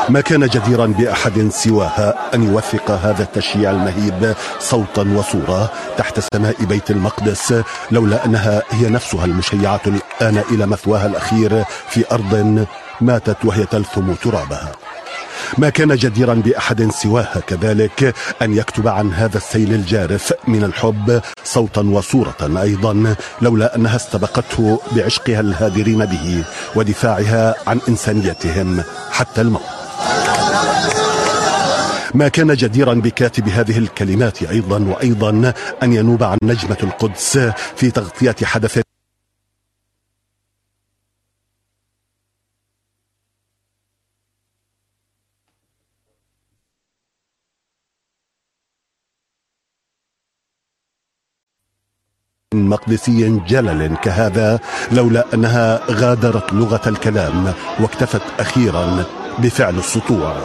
ما كان جديرا بأحد سواها أن يوثق هذا التشييع المهيب صوتا وصورة تحت سماء بيت المقدس، لولا أنها هي نفسها المشيعة الآن إلى مثواها الأخير في أرض ماتت وهي تلثم ترابها. ما كان جديرا بأحد سواها كذلك أن يكتب عن هذا السيل الجارف من الحب صوتا وصورة أيضا، لولا أنها استبقته بعشقها الهادرين به ودفاعها عن إنسانيتهم حتى الموت. ما كان جديرا بكاتب هذه الكلمات أيضا أن ينوب عن نجمة القدس في تغطية حدث مقدسي جلل كهذا، لولا أنها غادرت لغة الكلام واكتفت أخيرا بفعل السطوع.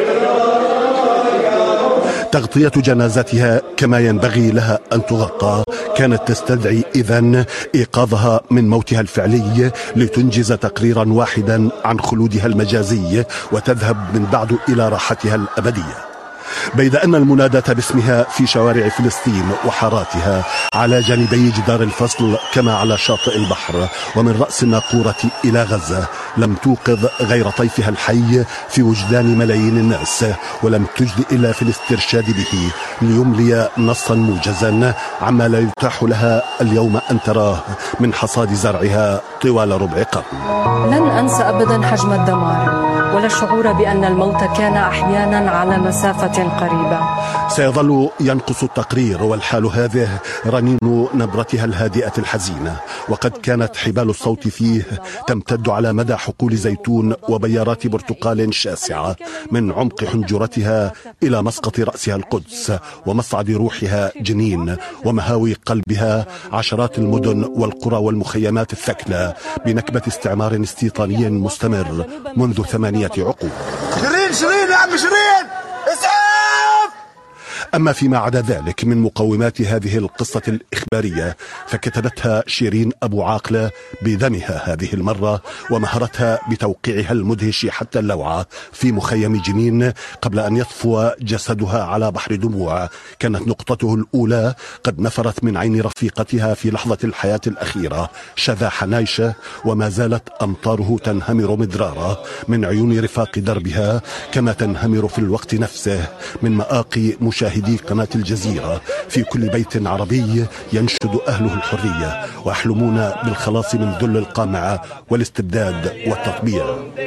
تغطية جنازتها كما ينبغي لها أن تغطى كانت تستدعي إذن إيقاظها من موتها الفعلي لتنجز تقريرا واحدا عن خلودها المجازي وتذهب من بعد إلى راحتها الأبدية. بيد أن المناداة باسمها في شوارع فلسطين وحاراتها على جانبي جدار الفصل كما على شاطئ البحر ومن رأس الناقورة إلى غزة لم توقظ غير طيفها الحي في وجدان ملايين الناس، ولم تجد إلا في الاسترشاد به ليملي نصا موجزا عما لا يتاح لها اليوم أن تراه من حصاد زرعها طوال ربع قرن. لن أنسى أبدا حجم الدمار ولا الشعور بأن الموت كان أحيانا على مسافة قريبة. سيظل ينقص التقرير والحال هذه رنين نبرتها الهادئة الحزينة، وقد كانت حبال الصوت فيه تمتد على مدى حقول زيتون وبيارات برتقال شاسعة من عمق حنجرتها إلى مسقط رأسها القدس ومصعد روحها جنين ومهاوي قلبها عشرات المدن والقرى والمخيمات الثكلى بنكبة استعمار استيطاني مستمر منذ 8 عقود. شيرين يا عم شيرين اسعاف. أما فيما عدا ذلك من مقومات هذه القصة الإخبارية فكتبتها شيرين أبو عاقلة بدمها هذه المرة ومهرتها بتوقيعها المدهش حتى اللوعة في مخيم جنين قبل أن يطفو جسدها على بحر دموع كانت نقطته الأولى قد نفرت من عين رفيقتها في لحظة الحياة الأخيرة شذا حنايشة، وما زالت أمطاره تنهمر مدرارا من عيون رفاق دربها كما تنهمر في الوقت نفسه من مآقي مشاهدي قناة الجزيرة في كل بيت عربي ينشد أهله الحرية ويحلمون بالخلاص من ذل القمع والاستبداد والتطبيع.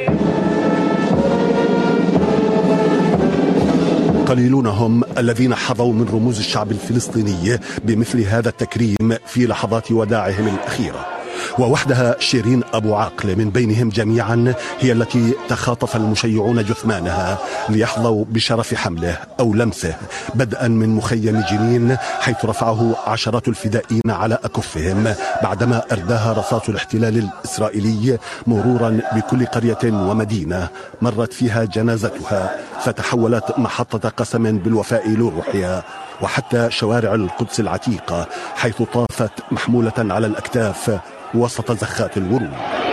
قليلون هم الذين حظوا من رموز الشعب الفلسطيني بمثل هذا التكريم في لحظات وداعهم الأخيرة، ووحدها شيرين أبو عاقل من بينهم جميعا هي التي تخاطف المشيعون جثمانها ليحظوا بشرف حمله أو لمسه، بدءا من مخيم جنين حيث رفعه عشرات الفدائيين على أكفهم بعدما أرداها رصاص الاحتلال الإسرائيلي، مرورا بكل قرية ومدينة مرت فيها جنازتها فتحولت محطة قسم بالوفاء لروحها، وحتى شوارع القدس العتيقة حيث طافت محمولة على الأكتاف وسط زخات الورود.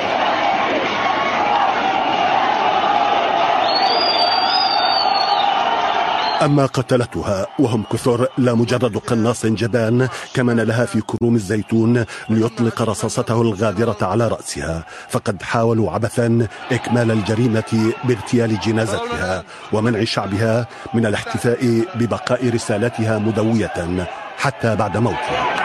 أما قتلتها وهم كثر لا مجرد قناص جبان كمن لها في كروم الزيتون ليطلق رصاصته الغادرة على رأسها، فقد حاولوا عبثا إكمال الجريمة باغتيال جنازتها ومنع شعبها من الاحتفاء ببقاء رسالتها مدوية حتى بعد موتها.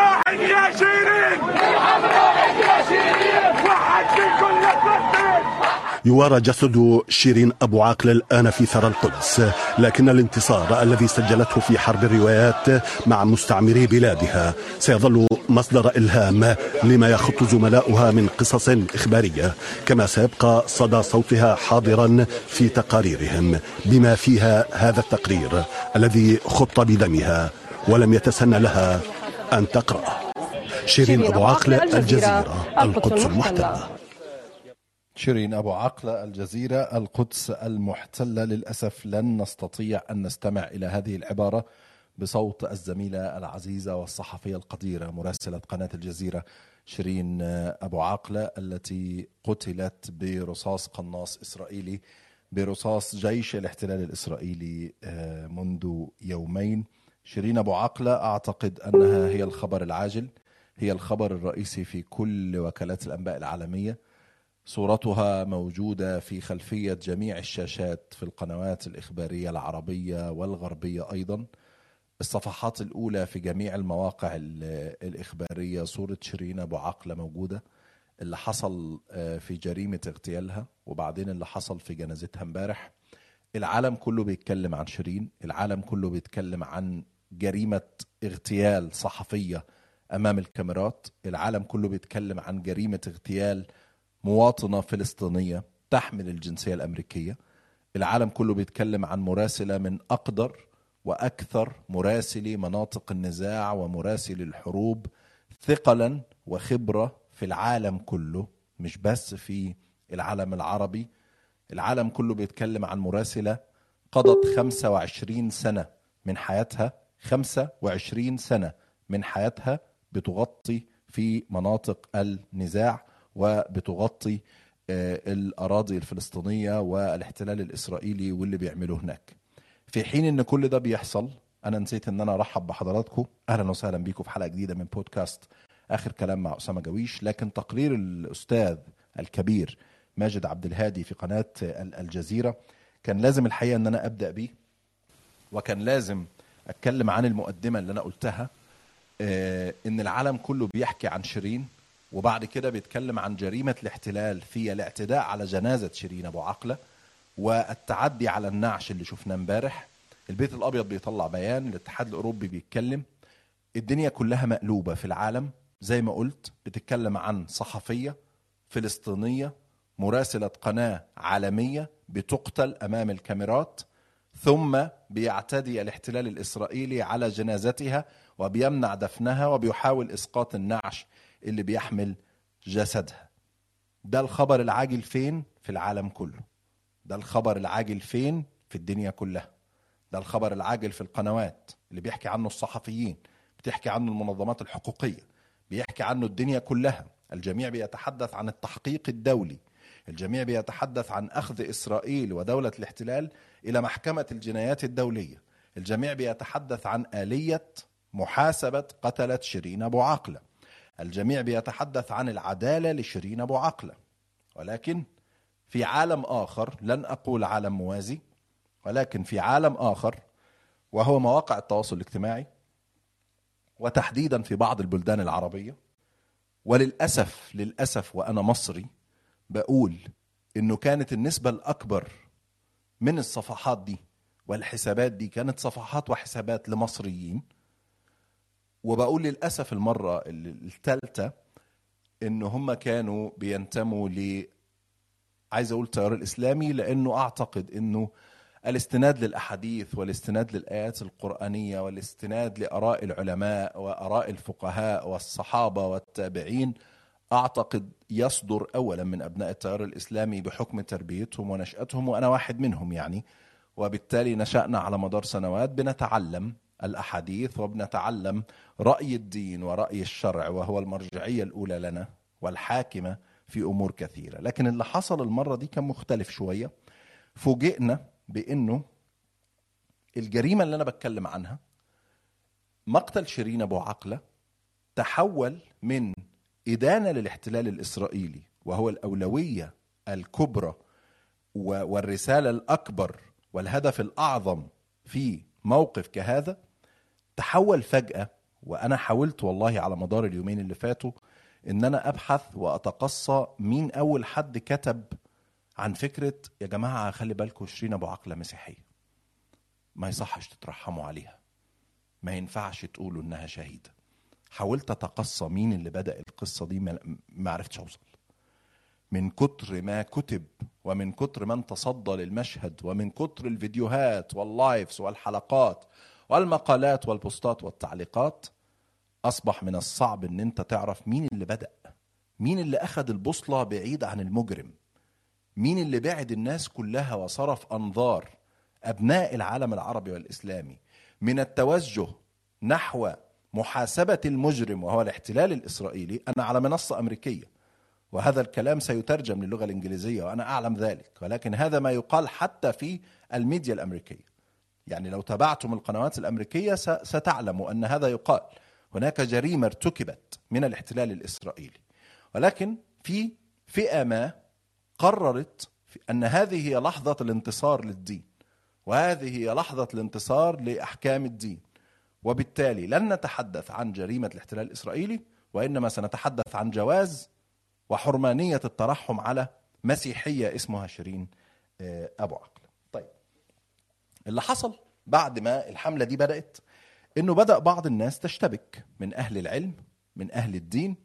يوارى جسد شيرين أبو عاقل الآن في ثرى القدس، لكن الانتصار الذي سجلته في حرب الروايات مع مستعمري بلادها سيظل مصدر إلهام لما يخط زملاؤها من قصص إخبارية، كما سيبقى صدى صوتها حاضرا في تقاريرهم بما فيها هذا التقرير الذي خط بدمها ولم يتسنى لها أن تقرأ. شيرين أبو عاقل، الجزيرة، القدس المحتلة. شيرين أبو عقلة، الجزيرة، القدس المحتلة. للأسف لن نستطيع أن نستمع إلى هذه العبارة بصوت الزميلة العزيزة والصحفية القديرة مراسلة قناة الجزيرة شيرين أبو عقلة التي قتلت برصاص قناص إسرائيلي برصاص جيش الاحتلال الإسرائيلي منذ يومين. شيرين أبو عقلة أعتقد أنها هي الخبر العاجل، هي الخبر الرئيسي في كل وكالات الأنباء العالمية. صورتها موجودة في خلفية جميع الشاشات في القنوات الإخبارية العربية والغربية أيضا. الصفحات الأولى في جميع المواقع الإخبارية صورة شيرين أبو عقلة موجودة، اللي حصل في جريمة اغتيالها وبعدين اللي حصل في جنازتها امبارح. العالم كله بيتكلم عن شيرين، العالم كله بيتكلم عن جريمة اغتيال صحفية أمام الكاميرات، العالم كله بيتكلم عن جريمة اغتيال مواطنة فلسطينية تحمل الجنسية الأمريكية، العالم كله بيتكلم عن مراسلة من أقدر وأكثر مراسلي مناطق النزاع ومراسلي الحروب ثقلا وخبرة في العالم كله، مش بس في العالم العربي. العالم كله بيتكلم عن مراسلة قضت 25 سنة من حياتها، 25 سنة من حياتها بتغطي في مناطق النزاع وبتغطي الأراضي الفلسطينية والاحتلال الإسرائيلي واللي بيعملوه هناك. في حين ان كل ده بيحصل، انا نسيت ان انا ارحب بحضراتكم. اهلا وسهلا بيكم في حلقة جديدة من بودكاست اخر كلام مع أسامة جويش. لكن تقرير الاستاذ الكبير ماجد عبد الهادي في قناة الجزيرة كان لازم الحقيقة ان انا ابدأ بيه، وكان لازم اتكلم عن المقدمة اللي انا قلتها، ان العالم كله بيحكي عن شيرين، وبعد كده بيتكلم عن جريمة الاحتلال في الاعتداء على جنازة شيرين أبو عقلة والتعدي على النعش اللي شفناه امبارح. البيت الأبيض بيطلع بيان، الاتحاد الأوروبي بيتكلم، الدنيا كلها مقلوبة في العالم. زي ما قلت بتتكلم عن صحفية فلسطينية مراسلة قناة عالمية بتقتل أمام الكاميرات، ثم بيعتدي الاحتلال الإسرائيلي على جنازتها وبيمنع دفنها وبيحاول إسقاط النعش اللي بيحمل جسدها. ده الخبر العاجل فين؟ في العالم كله. ده الخبر العاجل فين؟ في الدنيا كلها. ده الخبر العاجل في القنوات اللي بيحكي عنه الصحفيين، بتحكي عنه المنظمات الحقوقية، بيحكي عنه الدنيا كلها. الجميع بيتحدث عن التحقيق الدولي، الجميع بيتحدث عن أخذ إسرائيل ودولة الاحتلال إلى محكمة الجنايات الدولية، الجميع بيتحدث عن آلية محاسبة قتلة شيرين أبو عقلة، الجميع بيتحدث عن العدالة لشيرين أبو عقلة. ولكن في عالم آخر، لن أقول عالم موازي، ولكن في عالم آخر وهو مواقع التواصل الاجتماعي، وتحديدا في بعض البلدان العربية، وللأسف وأنا مصري بقول إنه كانت النسبة الأكبر من الصفحات دي والحسابات دي كانت صفحات وحسابات لمصريين. وبقول للأسف المرة الثالثة إنه هم كانوا بينتموا عايز أقول التيار الإسلامي، لأنه أعتقد إنه الاستناد للأحاديث والاستناد للآيات القرآنية والاستناد لآراء العلماء وآراء الفقهاء والصحابة والتابعين أعتقد يصدر أولا من أبناء التيار الإسلامي بحكم تربيتهم ونشأتهم، وأنا واحد منهم يعني. وبالتالي نشأنا على مدار سنوات بنتعلم الأحاديث وبنتعلم رأي الدين ورأي الشرع، وهو المرجعية الأولى لنا والحاكمة في أمور كثيرة. لكن اللي حصل المرة دي كان مختلف شوية. فوجئنا بأنه الجريمة اللي أنا بتكلم عنها، مقتل شيرين أبو عقلة، تحول من إدانة للاحتلال الإسرائيلي وهو الأولوية الكبرى والرسالة الأكبر والهدف الأعظم في موقف كهذا، تحول فجأة. وأنا حاولت والله على مدار اليومين اللي فاتوا إن أنا أبحث وأتقصى مين أول حد كتب عن فكرة يا جماعة خلي بالكم شيرين أبو عقلة مسيحية، ما يصحش تترحموا عليها، ما ينفعش تقولوا إنها شهيدة. حاولت أتقصى مين اللي بدأ القصة دي، ما عرفتش أوصل. من كتر ما كتب ومن كتر من تصدى للمشهد ومن كتر الفيديوهات واللايفز والحلقات والمقالات والبوستات والتعليقات، أصبح من الصعب إن أنت تعرف مين اللي بدأ، مين اللي أخذ البوصلة بعيد عن المجرم، مين اللي بعد الناس كلها وصرف أنظار أبناء العالم العربي والإسلامي من التوجه نحو محاسبة المجرم وهو الاحتلال الإسرائيلي. أنا على منصة أمريكية وهذا الكلام سيترجم للغة الإنجليزية وأنا أعلم ذلك، ولكن هذا ما يقال حتى في الميديا الأمريكية. يعني لو تابعتم القنوات الأمريكية ستعلموا أن هذا يقال. هناك جريمة ارتكبت من الاحتلال الإسرائيلي، ولكن في فئة ما قررت أن هذه هي لحظة الانتصار للدين، وهذه هي لحظة الانتصار لأحكام الدين، وبالتالي لن نتحدث عن جريمة الاحتلال الإسرائيلي، وإنما سنتحدث عن جواز وحرمانية الترحم على مسيحية اسمها شيرين أبو عقلة. طيب، اللي حصل بعد ما الحملة دي بدأت إنه بدأ بعض الناس تشتبك من أهل العلم من أهل الدين،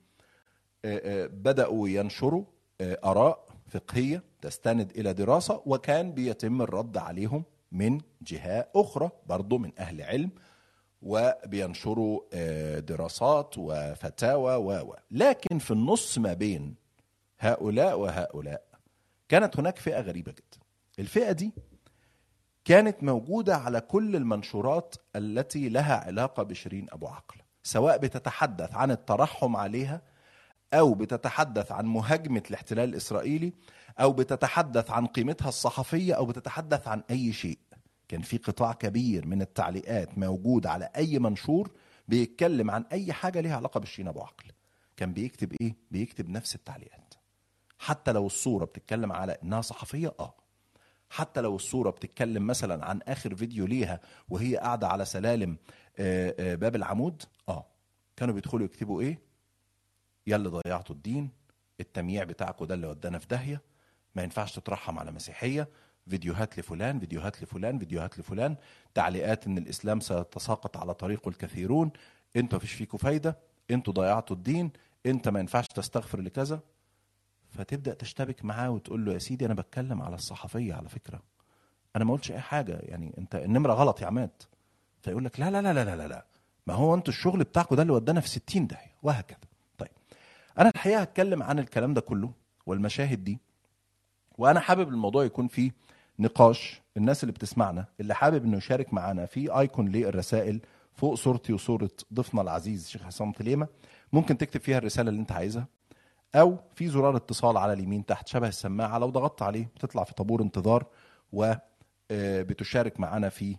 بدأوا ينشروا آراء فقهية تستند إلى دراسة، وكان بيتم الرد عليهم من جهة أخرى برضو من أهل علم، وبينشروا دراسات وفتاوى لكن في النص ما بين هؤلاء وهؤلاء كانت هناك فئة غريبة جدا. الفئة دي كانت موجودة على كل المنشورات التي لها علاقة بشيرين أبو عقلة، سواء بتتحدث عن الترحم عليها، أو بتتحدث عن مهاجمة الاحتلال الإسرائيلي، أو بتتحدث عن قيمتها الصحفية، أو بتتحدث عن أي شيء. كان في قطاع كبير من التعليقات موجود على أي منشور بيتكلم عن أي حاجة لها علاقة بشيرين أبو عقلة. كان بيكتب إيه؟ بيكتب نفس التعليقات، حتى لو الصورة بتتكلم على إنها صحفية، حتى لو الصورة بتتكلم مثلا عن آخر فيديو ليها وهي قاعدة على سلالم باب العمود، كانوا بيدخلوا يكتبوا إيه؟ يلا ضيعتوا الدين، التمييع بتاعكم ده اللي ودانا في داهية، ما ينفعش تترحم على مسيحية، فيديوهات لفلان فيديوهات لفلان فيديوهات لفلان، تعليقات ان الاسلام سيتساقط على طريقه الكثيرون، انتوا مفيش فيكم فايدة، انتوا ضيعتوا الدين، انت ما ينفعش تستغفر لكذا. فتبدأ تشتبك معاه وتقول له يا سيدي انا بتكلم على الصحفية على فكرة، انا ما قلتش اي حاجة، يعني انت النمرة غلط يا عماد. فيقول لك لا لا لا لا لا لا، ما هو انتوا الشغل بتاعكم ده اللي ودانا في 60 داهية، وهكذا. طيب، انا الحقيقة هتكلم عن الكلام ده كله والمشاهد دي، وانا حابب الموضوع يكون فيه نقاش. الناس اللي بتسمعنا اللي حابب انه يشارك معنا، في ايكون للرسائل فوق صورتي وصورة ضيفنا العزيز شيخ عصام تليمة، ممكن تكتب فيها الرسالة اللي انت عايزها، او في زرار اتصال على اليمين تحت شبه السماعة، لو ضغطت عليه بتطلع في طابور انتظار وبتشارك معنا في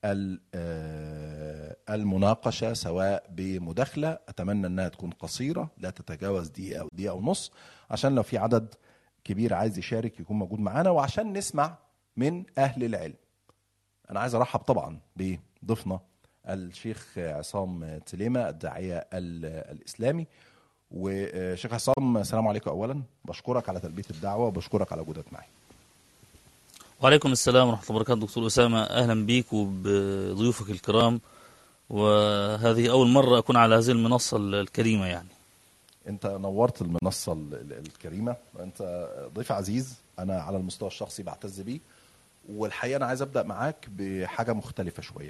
المناقشة، سواء بمداخلة أتمنى أنها تكون قصيرة لا تتجاوز دقيقة أو دقيقة ونص، عشان لو في عدد كبير عايز يشارك يكون موجود معنا، وعشان نسمع من أهل العلم. أنا عايز أرحب طبعا بضيفنا الشيخ عصام تليمة الداعية الإسلامي. وشيخ عصام، السلام عليكم. أولا بشكرك على تلبية الدعوة وبشكرك على وجودك معي. وعليكم السلام ورحمة الله وبركاته. دكتور أسامة، أهلا بيك وبضيوفك الكرام، وهذه أول مرة أكون على هذه المنصة الكريمة. يعني أنت نورت المنصة الكريمة، أنت ضيف عزيز أنا على المستوى الشخصي بعتز بيه. والحقيقة أنا عايز أبدأ معاك بحاجة مختلفة شوية.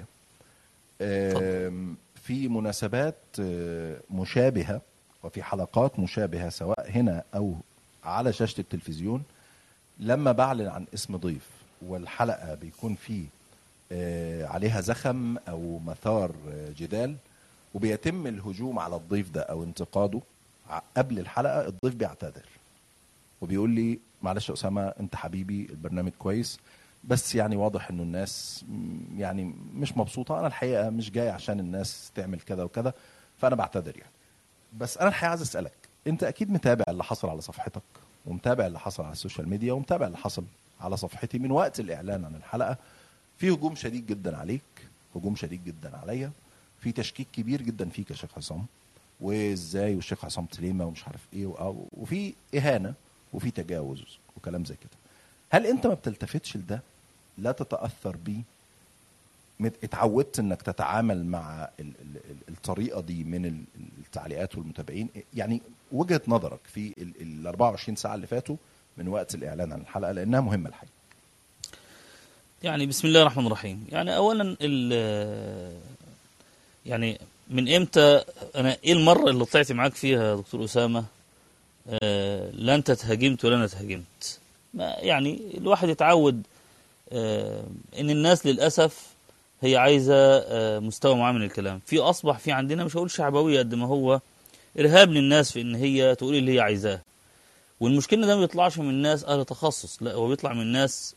في مناسبات مشابهة وفي حلقات مشابهة سواء هنا أو على شاشة التلفزيون، لما بعلن عن اسم ضيف والحلقة بيكون فيه عليها زخم أو مثار جدال، وبيتم الهجوم على الضيف ده أو انتقاده، قبل الحلقة الضيف بيعتذر وبيقول لي معلش يا أسامة أنت حبيبي، البرنامج كويس، بس يعني واضح إنه الناس يعني مش مبسوطة، أنا الحقيقة مش جاي عشان الناس تعمل كذا وكذا، فأنا بعتذر يعني. بس أنا الحقيقة عايز أسألك، أنت أكيد متابع اللي حصل على صفحتك، ومتابع اللي حصل على السوشيال ميديا، ومتابع اللي حصل على صفحتي من وقت الإعلان عن الحلقة. في هجوم شديد جدا عليك، هجوم شديد جدا عليا، في تشكيك كبير جدا فيك يا شيخ عصام، وازاي والشيخ عصام تليمة ومش عارف ايه، وفي إهانة وفي تجاوز وكلام زي كده. هل انت ما بتلتفتش لده؟ لا تتأثر بيه؟ اتعودت انك تتعامل مع الطريقة دي من التعليقات والمتابعين؟ يعني وجهة نظرك في ال 24 ساعة اللي فاتوا من وقت الإعلان عن الحلقة، لأنها مهمة الحقيقة. يعني بسم الله الرحمن الرحيم. يعني أولا يعني من إمتى أنا إيه المرة اللي طلعت معاك فيها دكتور أسامة لا أنت تهاجمت ولا أنا تهاجمت؟ يعني الواحد يتعود إن الناس للأسف هي عايزة مستوى معين من الكلام. في أصبح في عندنا مش هقول شعبوية قد ما هو إرهاب للناس في إن هي تقول اللي هي عايزاه. والمشكلة ده ما بيطلعش من ناس أهل تخصص، لا هو بيطلع من ناس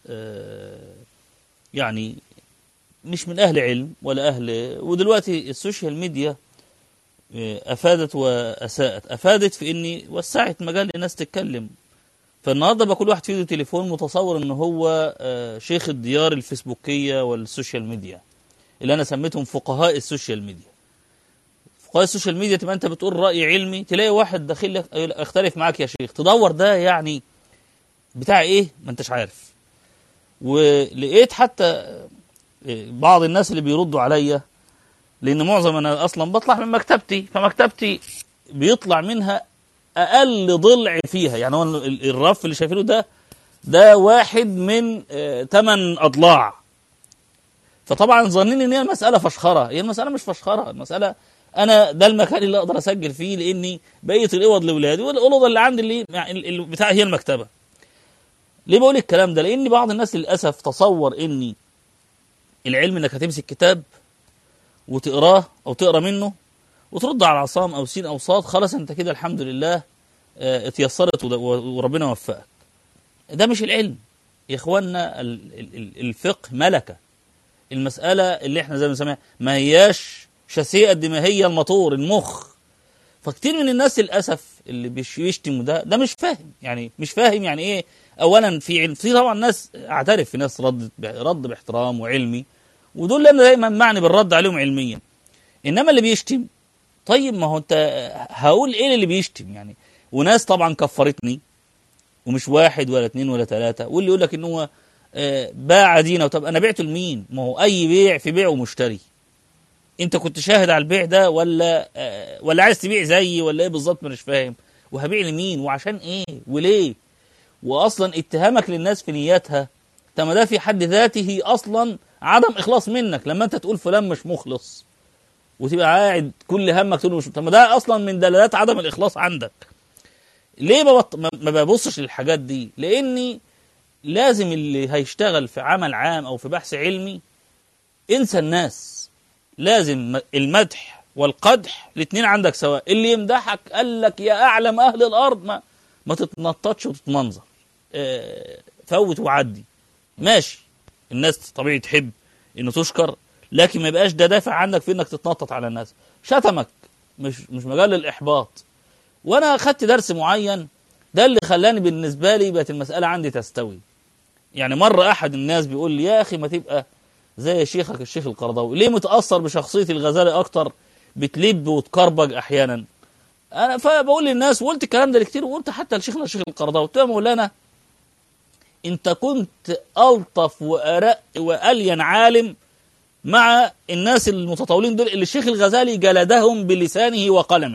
يعني مش من أهل علم ولا أهل. ودلوقتي السوشيال ميديا أفادت وأساءت. أفادت في إني وسعت مجال للناس تتكلم. فالنهارده بقى كل واحد في ايده تليفون متصور إن هو شيخ الديار الفيسبوكية والسوشيال ميديا، اللي أنا سميتهم فقهاء السوشيال ميديا. فقهاء السوشيال ميديا تبقى أنت بتقول رأي علمي، تلاقي واحد داخل لك اختلف معاك يا شيخ، تدور ده يعني بتاع إيه ما أنتش عارف. ولقيت حتى بعض الناس اللي بيردوا عليا، لأن معظم أنا أصلا بطلع من مكتبتي، فمكتبتي بيطلع منها أقل ضلع فيها، يعني هو الرف اللي شايفينه ده واحد من 8 أضلاع. فطبعا ظنين إن هي المسألة فشخرة. هي المسألة مش فشخرة، المسألة أنا ده المكان اللي أقدر أسجل فيه، لأني بقية الأوض لأولادي والأوضة اللي عندي اللي يعني بتاع هي المكتبة. ليه بقول الكلام ده؟ لأن بعض الناس للأسف تصور إني العلم إنك هتمسك كتاب وتقراه أو تقرا منه وترد على عصام أو سين أو صاد، خلاص أنت كده الحمد لله اتيسرت وربنا وفقك. ده مش العلم يا إخواننا. الفقه ملكة. المسألة اللي احنا زي ما بنسميها ما هياش شاسيه قد ما هي الموتور المخ. فكتير من الناس للأسف اللي بيشتموا ده مش فاهم، يعني مش فاهم يعني إيه. أولا في علم، في طبعا ناس أعترف، في ناس رد باحترام وعلمي، ودول أنا دايما معني بالرد عليهم علميا. إنما اللي بيشتم، طيب ما هو أنت هقول إيه اللي بيشتم يعني؟ وناس طبعا كفرتني، ومش واحد ولا 2 ولا 3، واللي يقول لك إن هو باع دينه. طب أنا بعته لمين؟ ما هو أي بيع في بيع ومشتري. أنت كنت شاهد على البيع ده ولا عايز تبيع زيي ولا إيه بالظبط؟ مش فاهم. وهبيع لمين وعشان إيه وليه؟ وأصلا اتهامك للناس في نياتها، طب ما ده في حد ذاته أصلا عدم إخلاص منك. لما أنت تقول فلان مش مخلص وتبقى قاعد كل همك تقول مش، طب ما ده أصلا من دلالات عدم الإخلاص عندك. ليه ما ببصش للحاجات دي؟ لأني لازم اللي هيشتغل في عمل عام أو في بحث علمي انسى الناس. لازم المدح والقدح الاثنين عندك سواء. اللي يمدحك قال لك يا أعلم أهل الأرض، ما تتنططش وتتمنظر، فوت وعدي ماشي. الناس طبيعي تحب انه تشكر، لكن ما يبقاش ده دافع عنك في انك تتنطط على الناس. شتمك مش مجال للإحباط. وانا اخدت درس معين، ده اللي خلاني بالنسبة لي بقت المسألة عندي تستوي. يعني مرة احد الناس بيقول لي يا اخي ما تبقى زي شيخك الشيخ القرضاوي، ليه متأثر بشخصية الغزالي اكتر، بتلب وتكربج احيانا. انا فبقول للناس، وقلت الكلام ده كتير، وقلت حتى لشيخنا الشيخ القرضاوي، قلت له يا مولانا انت كنت الطف وارق والين عالم مع الناس المتطاولين دول اللي الشيخ الغزالي جلدهم بلسانه وقلمه.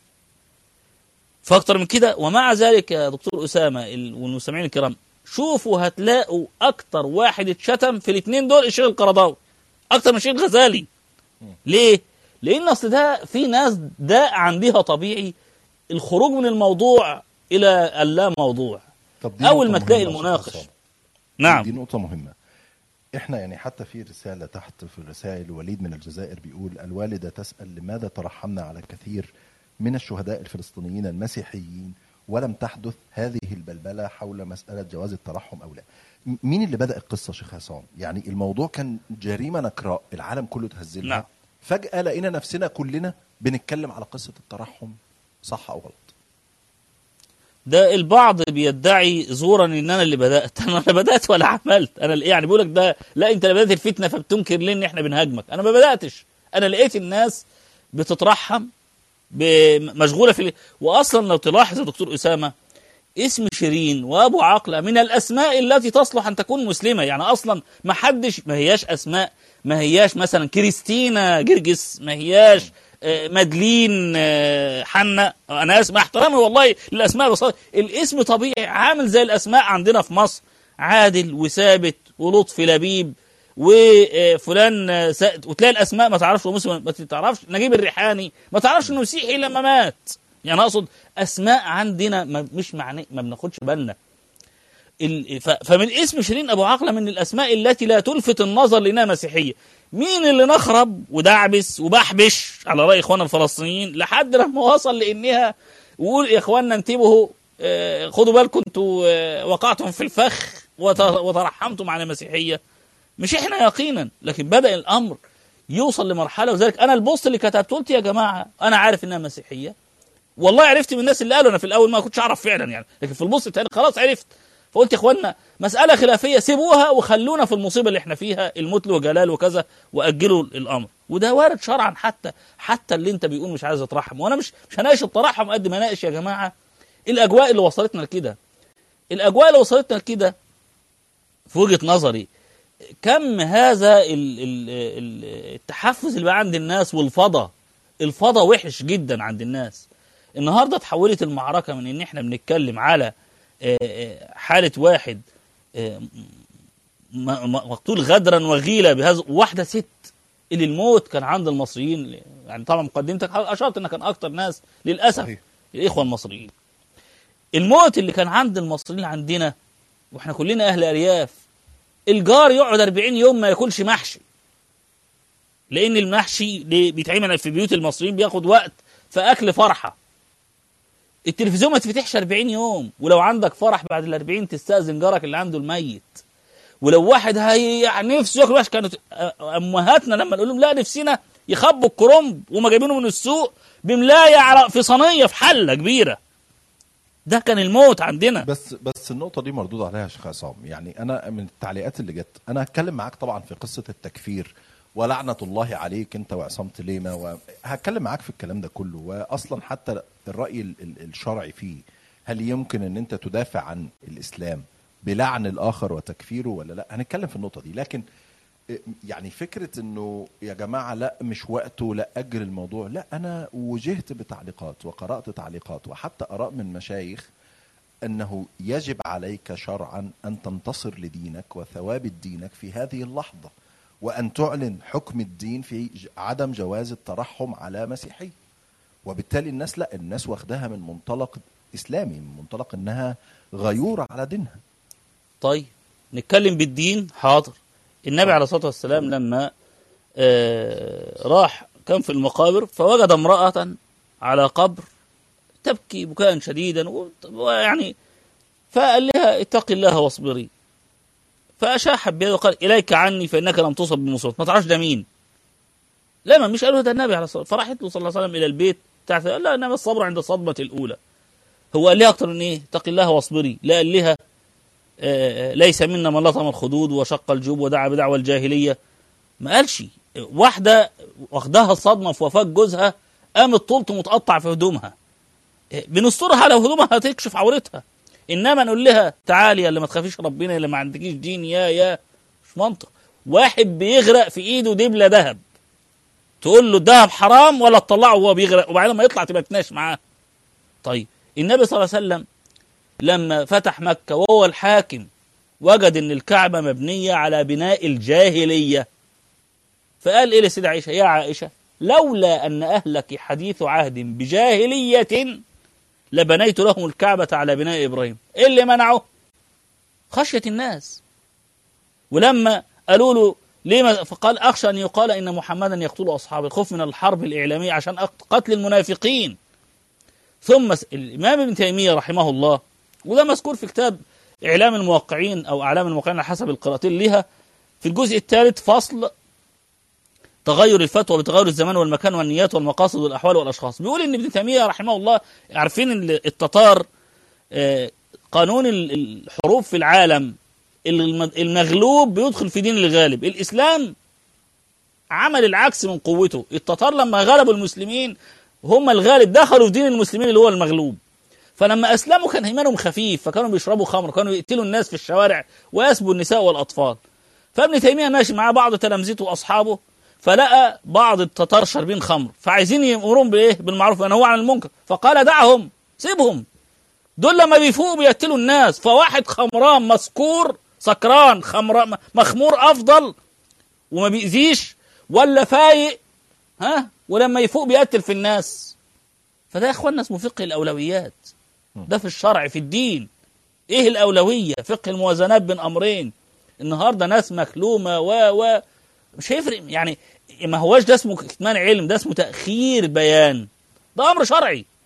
فاكتر من كده. ومع ذلك يا دكتور أسامة والمستمعين الكرام، شوفوا هتلاقوا اكتر واحد اتشتم في الاثنين دول الشيخ القرضاوي اكتر من الشيخ الغزالي. ليه؟ لان اصل ده في ناس ده عندها طبيعي الخروج من الموضوع الى اللا موضوع. اول ما تلاقي المناقش. نعم، دي نقطة مهمة. احنا يعني حتى في رسالة تحت في الرسائل، وليد من الجزائر بيقول: الوالدة تسأل لماذا ترحمنا على الكثير من الشهداء الفلسطينيين المسيحيين ولم تحدث هذه البلبلة حول مسألة جواز الترحم أو لا. مين اللي بدأ القصة شيخ عصام؟ يعني الموضوع كان جريمة نكراء العالم كله تهزلها. نعم. فجأة لقينا نفسنا كلنا بنتكلم على قصة الترحم، صح أو غلط؟ ده البعض بيدعي زورا ان انا اللي بدات. انا لا بدات ولا عملت. انا يعني بقول لك ده لا انت اللي بدات الفتنه فبتنكر ليه ان احنا بنهاجمك. انا ما بداتش. انا لقيت الناس بتترحم مشغوله في واصلا لو تلاحظ يا دكتور اسامه، اسم شيرين وابو عقله من الاسماء التي تصلح ان تكون مسلمه. يعني اصلا ما حدش، ما هياش اسماء، ما هياش مثلا كريستينا جرجس، ما هياش مدلين حنا. انا اسمع احترامي والله للاسماء، بس الاسم طبيعي عامل زي الاسماء عندنا في مصر، عادل وثابت ولطفي لبيب وفلان وتلاقي الاسماء ما تعرفش مسلم، ما تعرفش نجيب الريحاني، ما تعرفش انه مسيحي لما مات. يعني اقصد اسماء عندنا مش معنى ما بناخدش بالنا. فمن اسم شيرين ابو عقله من الاسماء التي لا تلفت النظر لانها مسيحيه. مين اللي نخرب ودعبس وبحبش على راي اخواننا الفلسطينيين لحد لما وصل لانها وقول يا اخواننا انتبهوا خدوا بالكم انتوا وقعتم في الفخ وترحمتم على المسيحية. مش احنا يقينا، لكن بدأ الأمر يوصل لمرحلة. وذلك أنا البوست اللي كتبته قلت يا جماعة أنا عارف إنها مسيحية، والله عرفت من الناس اللي قالوا. أنا في الأول ما كنتش أعرف فعلا يعني، لكن في البوست التاني خلاص عرفت. فقلت يا إخوانا مسألة خلافية سيبوها وخلونا في المصيبة اللي احنا فيها، المثل وجلال وكذا، وأجلوا الأمر. وده وارد شرعا. حتى اللي أنت بيقول مش عايز يترحم، وأنا مش هناقش الترحم قد ما ناقش يا جماعة الأجواء اللي وصلتنا لكده. الأجواء اللي وصلتنا لكده في وجهة نظري كم هذا التحفز اللي بقى عند الناس، الفضا وحش جدا عند الناس. النهارده تحولت المعركة من ان احنا بنتكلم على حالة واحد مقتول غدرا وغيلة بهذا، واحدة ست اللي الموت كان عند المصريين. يعني طبعا مقدمتك اشرت ان كان اكتر ناس للأسف الإخوة المصريين. الموت اللي كان عند المصريين عندنا، واحنا كلنا اهل ارياف، الجار يقعد 40 يوم ما ياكلش محشي، لان المحشي بيتعمل في بيوت المصريين بياخد وقت في اكل فرحه. التلفزيون ما تفتحش 40 يوم، ولو عندك فرح بعد ال 40 تستأذن جارك اللي عنده الميت. ولو واحد يعني نفسه ياكل محشي، كانت امهاتنا لما نقول لهم لا نفسنا يخبوا الكرنب وما جايبينه من السوق بملايه في صينيه في حله كبيره. ده كان الموت عندنا. بس النقطة دي مردود عليها يا شيخ عصام. يعني أنا من التعليقات اللي جت، أنا هتكلم معاك طبعا في قصة التكفير ولعنة الله عليك أنت وعصام تليمة، وهتكلم معاك في الكلام ده كله، وأصلا حتى الرأي الشرعي فيه، هل يمكن أن أنت تدافع عن الإسلام بلعن الآخر وتكفيره ولا لا؟ هنتكلم في النقطة دي. لكن يعني فكرة أنه يا جماعة لا مش وقته، لا أجل الموضوع، لا، أنا وجهت بتعليقات وقرأت تعليقات وحتى آراء من مشايخ أنه يجب عليك شرعا أن تنتصر لدينك وثوابت دينك في هذه اللحظة، وأن تعلن حكم الدين في عدم جواز الترحم على مسيحي. وبالتالي الناس لا، الناس واخدها من منطلق إسلامي، من منطلق أنها غيورة على دينها. طيب نتكلم بالدين، حاضر. النبي عليه الصلاة والسلام لما راح كان في المقابر فوجد امرأة على قبر تبكي بكاء شديدا، ويعني فقال لها اتقي الله واصبري. فأشاح بيده وقال إليك عني فإنك لم تصب بمصيبة. ما تعرفش ده مين؟ لا، ما مش قالوا ده النبي عليه الصلاة والسلام. فراحت له صلى الله عليه وسلم إلى البيت بتاعته، قال لا، إنما الصبر عند الصدمة الأولى. هو قال لها أكتر من إيه؟ اتقي الله واصبري. لا، قال لها ليس منا من لطم الخدود وشق الجيوب ودعا بدعوى الجاهلية. ما قالش. واحدة واخدها الصدمة في وفاة جوزها، قامت طولته متقطع في هدومها، بنسترها لو هدومها هتكشف عورتها. انما نقول لها تعالي اللي ما تخافيش ربنا اللي ما عندكيش دين، يا مش منطق. واحد بيغرق في ايده دبله ذهب، تقول له الذهب حرام ولا تطلعه وهو بيغرق، وبعدين ما يطلع تبقى تناقش معاه. طيب النبي صلى الله عليه وسلم لما فتح مكة وهو الحاكم وجد ان الكعبة مبنية على بناء الجاهلية، فقال ايه لسيدة عائشة؟ يا عائشة لولا ان اهلك حديث عهد بجاهلية لبنيت لهم الكعبة على بناء إبراهيم. إيه اللي منعه؟ خشية الناس. ولما قالوا له ليه، فقال أخشى أن يقال إن محمدا يقتل أصحابه، الخوف من الحرب الإعلامية عشان قتل المنافقين. ثم الإمام ابن تيمية رحمه الله، وده مذكور في كتاب إعلام الموقعين أو أعلام الموقعين على حسب القراءتين لها، في الجزء الثالث فصل تغير الفتوى بتغير الزمان والمكان والنيات والمقاصد والأحوال والأشخاص، بيقول إن ابن تيمية رحمه الله، عارفين إن التتار قانون الحروب في العالم المغلوب بيدخل في دين الغالب. الإسلام عمل العكس من قوته. التتار لما غلبوا المسلمين هم الغالب، دخلوا في دين المسلمين اللي هو المغلوب. فلما أسلموا كان إيمانهم خفيف، فكانوا بيشربوا خمر، كانوا يقتلوا الناس في الشوارع ويسبوا النساء والأطفال. فابن تيمية ماشي مع بعض تلامذته وأصحابه، فلقى بعض التتار شاربين خمر، فعايزين يأمرون بايه؟ بالمعروف وينهوا عن المنكر. فقال دعهم، سيبهم، دول لما بيفوقوا بيقتلوا الناس. فواحد خمران مسكور سكران مخمور افضل وما بيأذيش، ولا فايق ولما يفوق بيقتل في الناس؟ فده يا اخوانا اسمه فقه الاولويات. ده في الشرع في الدين. ايه الاولويه؟ فقه الموازنات بين امرين. النهارده ناس مكلومه مش هيفرق يعني. ما هواش ده اسمه كتمان علم، ده اسمه تأخير بيان. ده أمر شرعي.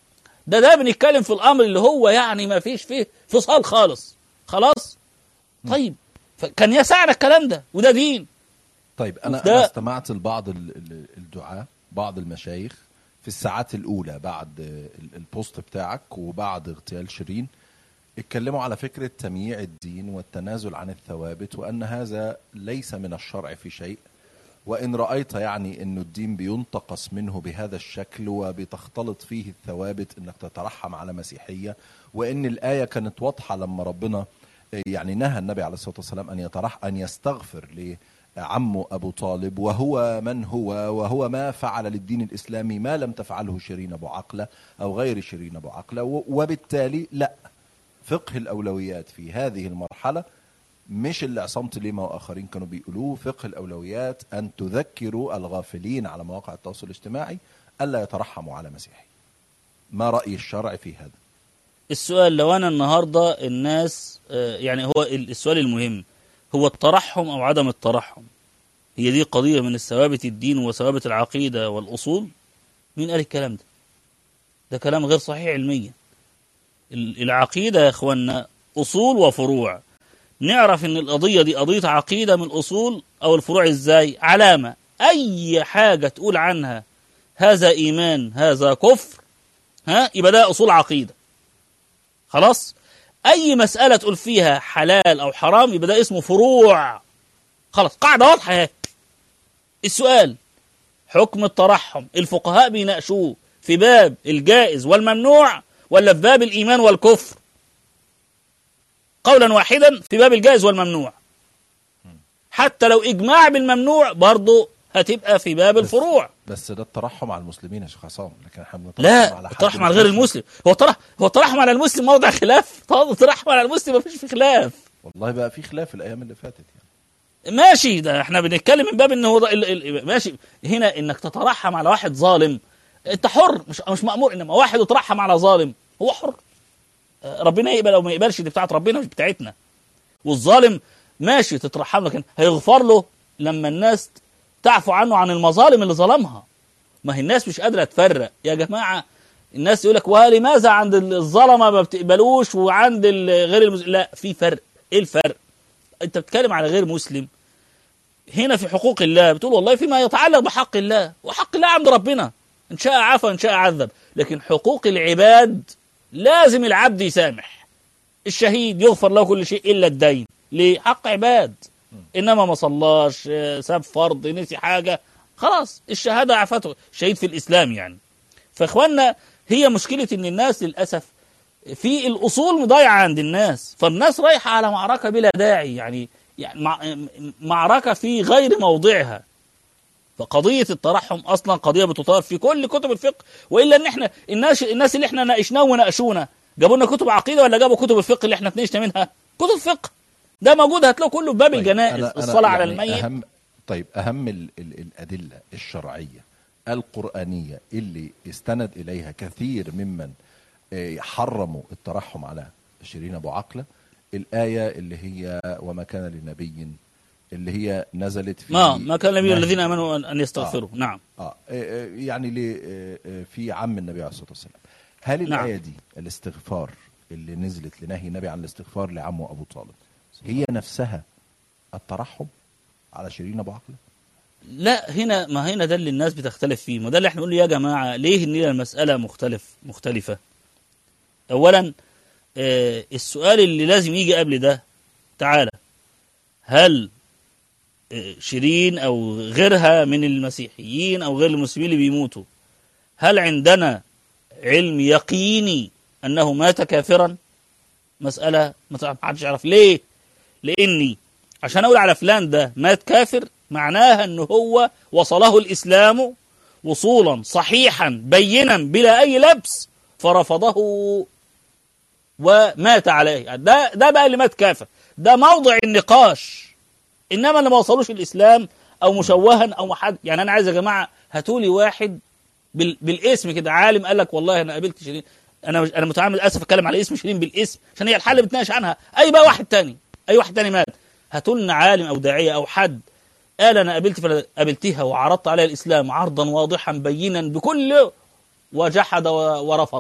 ده بنتكلم في الامر اللي هو يعني ما فيش فيه فصال خالص. خلاص طيب، كان يسعنا الكلام ده، وده دين. طيب أنا استمعت لبعض الدعاة، بعض المشايخ في الساعات الأولى بعد البوست بتاعك وبعد اغتيال شيرين، اتكلموا على فكرة تمييع الدين والتنازل عن الثوابت، وأن هذا ليس من الشرع في شيء، وإن رأيت يعني أن الدين بينتقص منه بهذا الشكل وبتختلط فيه الثوابت، أنك تترحم على مسيحية، وأن الآية كانت واضحة لما ربنا يعني نهى النبي عليه الصلاة والسلام أن يستغفر لعمه أبو طالب، وهو من هو، وهو ما فعل للدين الإسلامي ما لم تفعله شيرين أبو عقلة أو غير شيرين أبو عقلة. وبالتالي لا، فقه الأولويات في هذه المرحلة مش اللي عصمت ليما وآخرين كانوا بيقولوه، فقه الأولويات أن تذكروا الغافلين على مواقع التواصل الاجتماعي ألا يترحموا على مسيحي. ما رأي الشرع في هذا؟ السؤال لو أنا النهاردة الناس يعني هو السؤال المهم هو الترحم أو عدم الترحم، هي دي قضية من الثوابت الدين وثوابت العقيدة والأصول. مين قال الكلام ده؟ ده كلام غير صحيح علميا. العقيدة يا أخوانا أصول وفروع. نعرف ان القضية دي قضية عقيدة من الأصول أو الفروع إزاي؟ علامة أي حاجة تقول عنها هذا إيمان هذا كفر، يبقى ده أصول عقيدة. خلاص، أي مسألة تقول فيها حلال أو حرام يبقى ده اسمه فروع. خلاص، قاعدة واضحة اهي. السؤال حكم الترحم الفقهاء بيناقشوه في باب الجائز والممنوع ولا في باب الإيمان والكفر؟ قولا واحدا في باب الجائز والممنوع. حتى لو إجماع بالممنوع برضه هتبقى في باب الفروع. بس ده الترحم على المسلمين يا شيخ عصام، لكن احنا لا، الترحم على غير المسلم. هو الترحم على المسلم موضع خلاف. الترحم على المسلم ما فيش في خلاف. والله بقى في خلاف الأيام اللي فاتت يعني. ماشي، ده احنا بنتكلم من باب ان هو ماشي هنا انك تترحم على واحد ظالم انت حر، مش مأمور. انما واحد يترحم على ظالم هو حر. ربنا يقبل او ما يقبلش دي بتاعت ربنا مش بتاعتنا. والظالم ماشي تترحم له، لكن هيغفر له لما الناس تعفو عنه عن المظالم اللي ظلمها. ما هي الناس مش قادرة تفرق يا جماعة. الناس يقول لك ولماذا عند الظلمة ما بتقبلوش وعند غير المسلم؟ لا، في فرق. ايه الفرق؟ انت بتتكلم على غير مسلم هنا في حقوق الله، بتقول والله فيما يتعلق بحق الله، وحق الله عند ربنا ان شاء عفا ان شاء عذب. لكن حقوق العباد لازم العبد يسامح. الشهيد يغفر له كل شيء الا الدين، ليه؟ حق عباد. انما ما صلاش، ساب فرض، نسي حاجه، خلاص الشهاده عفته. شهيد في الاسلام يعني. فاخواننا هي مشكله ان الناس للاسف في الاصول مضيعه عند الناس، فالناس رايحه على معركه بلا داعي، يعني معركه في غير موضعها. فقضيه الترحم اصلا قضيه بتطار في كل كتب الفقه، والا ان احنا الناس اللي احنا ناقشناهم وناقشونا جابوا لنا كتب عقيده ولا جابوا كتب الفقه اللي احنا اتناقشنا منها؟ كتب فقه ده موجود هتلاقوه كله في باب الجنائز. الصلاه على الميت. أهم الأدلة الشرعية القرآنية اللي استند إليها كثير ممن حرموا الترحم على شيرين أبو عقلة الآية اللي هي وما كان لنبي، اللي هي نزلت في ما كان لنبي الذين آمنوا أن يستغفروا. نعم. يعني في عم النبي عليه الصلاة والسلام. هل الآية دي الاستغفار اللي نزلت لنهي النبي عن الاستغفار لعمه أبو طالب هي نفسها الترحم على شيرين أبو عقلة؟ لا، هنا ده اللي الناس بتختلف فيه. ما ده اللي احنا نقول يا جماعة ليه ان المسألة مختلفة. اولا السؤال اللي لازم يجي قبل ده، تعالى هل شيرين او غيرها من المسيحيين او غير المسلمين اللي بيموتوا، هل عندنا علم يقيني انه مات كافرا؟ مسألة ما حدش يعرف. ليه؟ لاني عشان اقول على فلان ده مات كافر معناها انه هو وصله الاسلام وصولا صحيحا بينا بلا اي لبس فرفضه ومات عليه. ده بقى اللي مات كافر، ده موضع النقاش. انما اللي ما وصلوش الاسلام او مشوها او محد، يعني انا عايز يا جماعه هاتولي واحد بالاسم كده عالم قال لك والله انا قابلت شيرين. انا متعامل للاسف اتكلم على اسم شيرين بالاسم عشان هي الحل بتناقش عنها. اي واحد تاني مات، هاتوا لنا عالم او داعيه او حد قال انا قابلتها وعرضت عليها الاسلام عرضا واضحا بينا بكل، وجحد ورفض.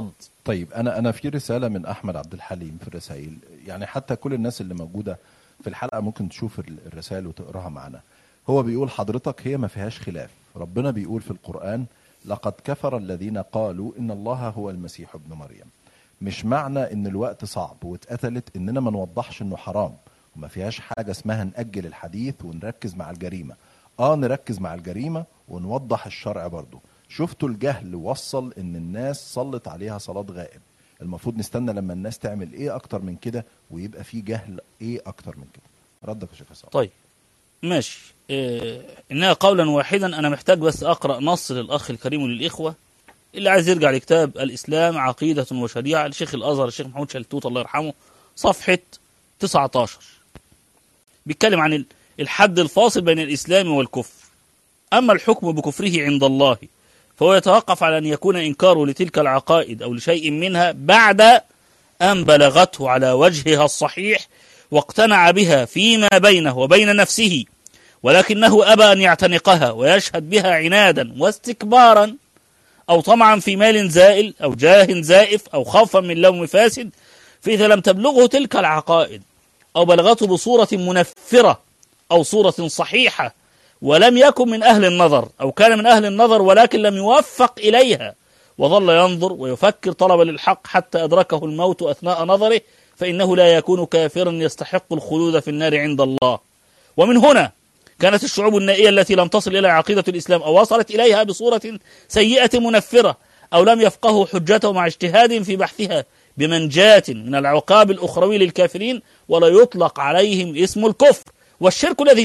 طيب أنا في رسالة من أحمد عبد الحليم في الرسائل، يعني حتى كل الناس اللي موجودة في الحلقة ممكن تشوف الرسائل وتقراها معنا. هو بيقول حضرتك هي ما فيهاش خلاف، ربنا بيقول في القرآن لقد كفر الذين قالوا إن الله هو المسيح ابن مريم. مش معنى إن الوقت صعب واتقتلت إننا ما نوضحش إنه حرام، وما فيهاش حاجة اسمها نأجل الحديث ونركز مع الجريمة. نركز مع الجريمة ونوضح الشرع برضو. شفتوا الجهل وصل إن الناس صلت عليها صلاة غائب. المفروض نستنى لما الناس تعمل إيه أكتر من كده، ويبقى في جهل إيه أكتر من كده. ردك يا شيخ حسام. طيب ماشي. إنها قولا واحدا. أنا محتاج بس أقرأ نص للأخ الكريم وللإخوة اللي عايز يرجع لكتاب الإسلام عقيدة وشريعة لشيخ الأزهر الشيخ محمود شلتوت الله يرحمه، صفحة 19، بيتكلم عن الحد الفاصل بين الإسلام والكفر. أما الحكم بكفره عند الله فهو يتوقف على أن يكون إنكاره لتلك العقائد أو لشيء منها بعد أن بلغته على وجهها الصحيح واقتنع بها فيما بينه وبين نفسه، ولكنه أبى أن يعتنقها ويشهد بها عنادا واستكبارا أو طمعا في مال زائل أو جاه زائف أو خوفا من لوم فاسد. فإذا لم تبلغه تلك العقائد أو بلغته بصورة منفرة أو صورة صحيحة ولم يكن من أهل النظر، أو كان من أهل النظر ولكن لم يوفق إليها وظل ينظر ويفكر طلبا للحق حتى أدركه الموت أثناء نظره، فإنه لا يكون كافرا يستحق الخلود في النار عند الله. ومن هنا كانت الشعوب النائية التي لم تصل إلى عقيدة الإسلام أو وصلت إليها بصورة سيئة منفرة أو لم يفقهوا حجته مع اجتهاد في بحثها بمنجات من العقاب الأخروي للكافرين، ولا يطلق عليهم اسم الكفر. والشرك الذي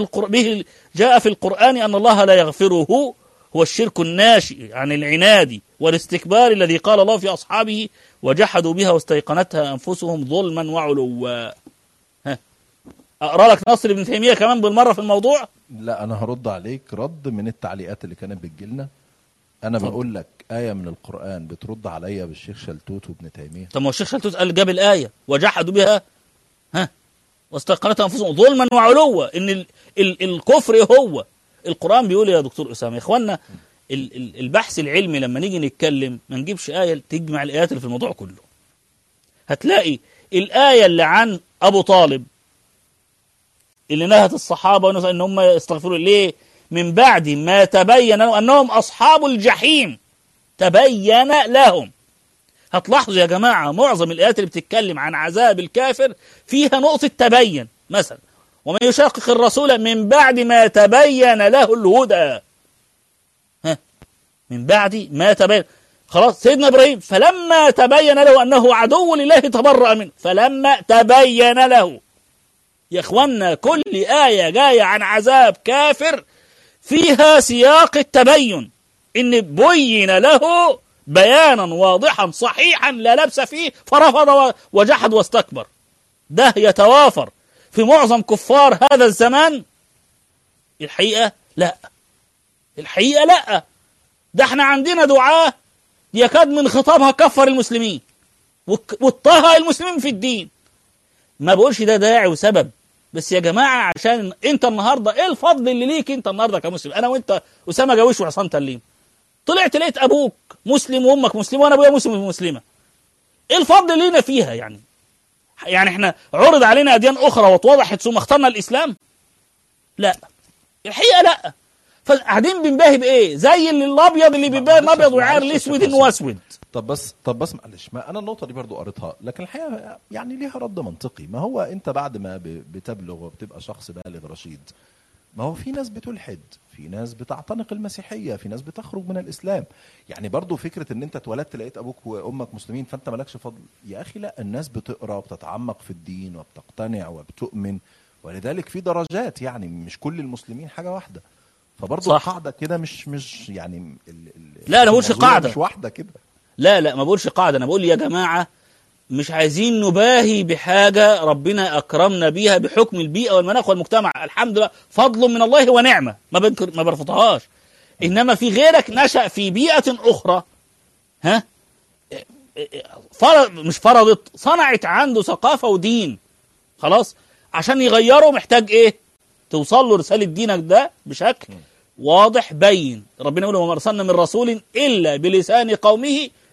جاء في القرآن أن الله لا يغفره هو الشرك الناشئ عن العناد والاستكبار الذي قال الله في أصحابه وجحدوا بها واستيقنتها أنفسهم ظلما وعلوا. أقرأ لك نصر ابن تيمية كمان بالمرة في الموضوع؟ لا، أنا هرد عليك رد من التعليقات اللي كانت بتجيلنا. أنا بقول لك آية من القرآن بترد عليا بالشيخ شلتوت وابن تيمية. طب ما الشيخ شلتوت قال جاب الآية وجحدوا بها واستيقنتها أنفسهم ظلما وعلوا، إن الكفر هو القرآن بيقول يا دكتور أسامة. يا إخوانا البحث العلمي لما نيجي نتكلم ما نجيبش آية تجمع الآيات اللي في الموضوع كله. هتلاقي الآية اللي عن أبو طالب اللي نهت الصحابة أن هم يستغفروا ليه من بعد ما تبين أنهم أصحاب الجحيم، تبين لهم. هتلاحظوا يا جماعة معظم الآيات اللي بتتكلم عن عذاب الكافر فيها نقطة تبين. مثلا ومن يشاقق الرسول من بعد ما تبين له الهدى، من بعد ما تبين. خلاص سيدنا إبراهيم فلما تبين له أنه عدو لله تبرأ منه، فلما تبين له. يا إخوانا كل آية جاية عن عذاب كافر فيها سياق التبين، إن بين له بيانا واضحا صحيحا لا لبس فيه فرفض وجحد واستكبر. ده يتوافر في معظم كفار هذا الزمان؟ الحقيقة لا، الحقيقة لا. ده احنا عندنا دعاة يكاد من خطابها كفر المسلمين واضطهى المسلمين في الدين. ما بقولش ده داعي وسبب، بس يا جماعة عشان انت النهاردة ايه الفضل اللي ليك انت النهاردة كمسلم؟ انا وانت أسامة جاوش وعصام تليم طلعت لقيت ابوك مسلم وامك مسلمة وانا ابويا مسلم ومسلمة، ايه الفضل لينا فيها؟ يعني احنا عرض علينا اديان اخرى واتوضحت ثم اخترنا الاسلام؟ لا، الحقيقة لا. فقاعدين بنباهي بايه؟ زي اللي الابيض اللي بيباهي الابيض ويعار الاسود انه اسود. طب بس معلش، ما انا النقطه دي برضو قريتها، لكن الحقيقه يعني ليها رد منطقي. ما هو انت بعد ما بتبلغ وبتبقى شخص بالغ رشيد، ما هو في ناس بتلحد، في ناس بتعتنق المسيحيه، في ناس بتخرج من الاسلام. يعني برضو فكره ان انت اتولدت لقيت ابوك وامك مسلمين فانت مالكش فضل، يا اخي لا، الناس بتقرا وبتتعمق في الدين وبتقتنع وبتؤمن، ولذلك في درجات، يعني مش كل المسلمين حاجه واحده. فبرضو القاعده كده مش يعني لا انا بقولش قاعده مش واحده كده. لا ما بقولش قاعده، انا بقول يا جماعه مش عايزين نباهي بحاجه ربنا اكرمنا بيها بحكم البيئه والمناخ والمجتمع، الحمد لله فضل من الله ونعمه ما برفضهاش. انما في غيرك نشأ في بيئه اخرى مش فرضت، صنعت عنده ثقافه ودين، خلاص عشان يغيره محتاج ايه؟ توصل له رساله دينك ده بشكل واضح بين. ربنا يقول وما ارسلنا من رسول الا بلسان قومه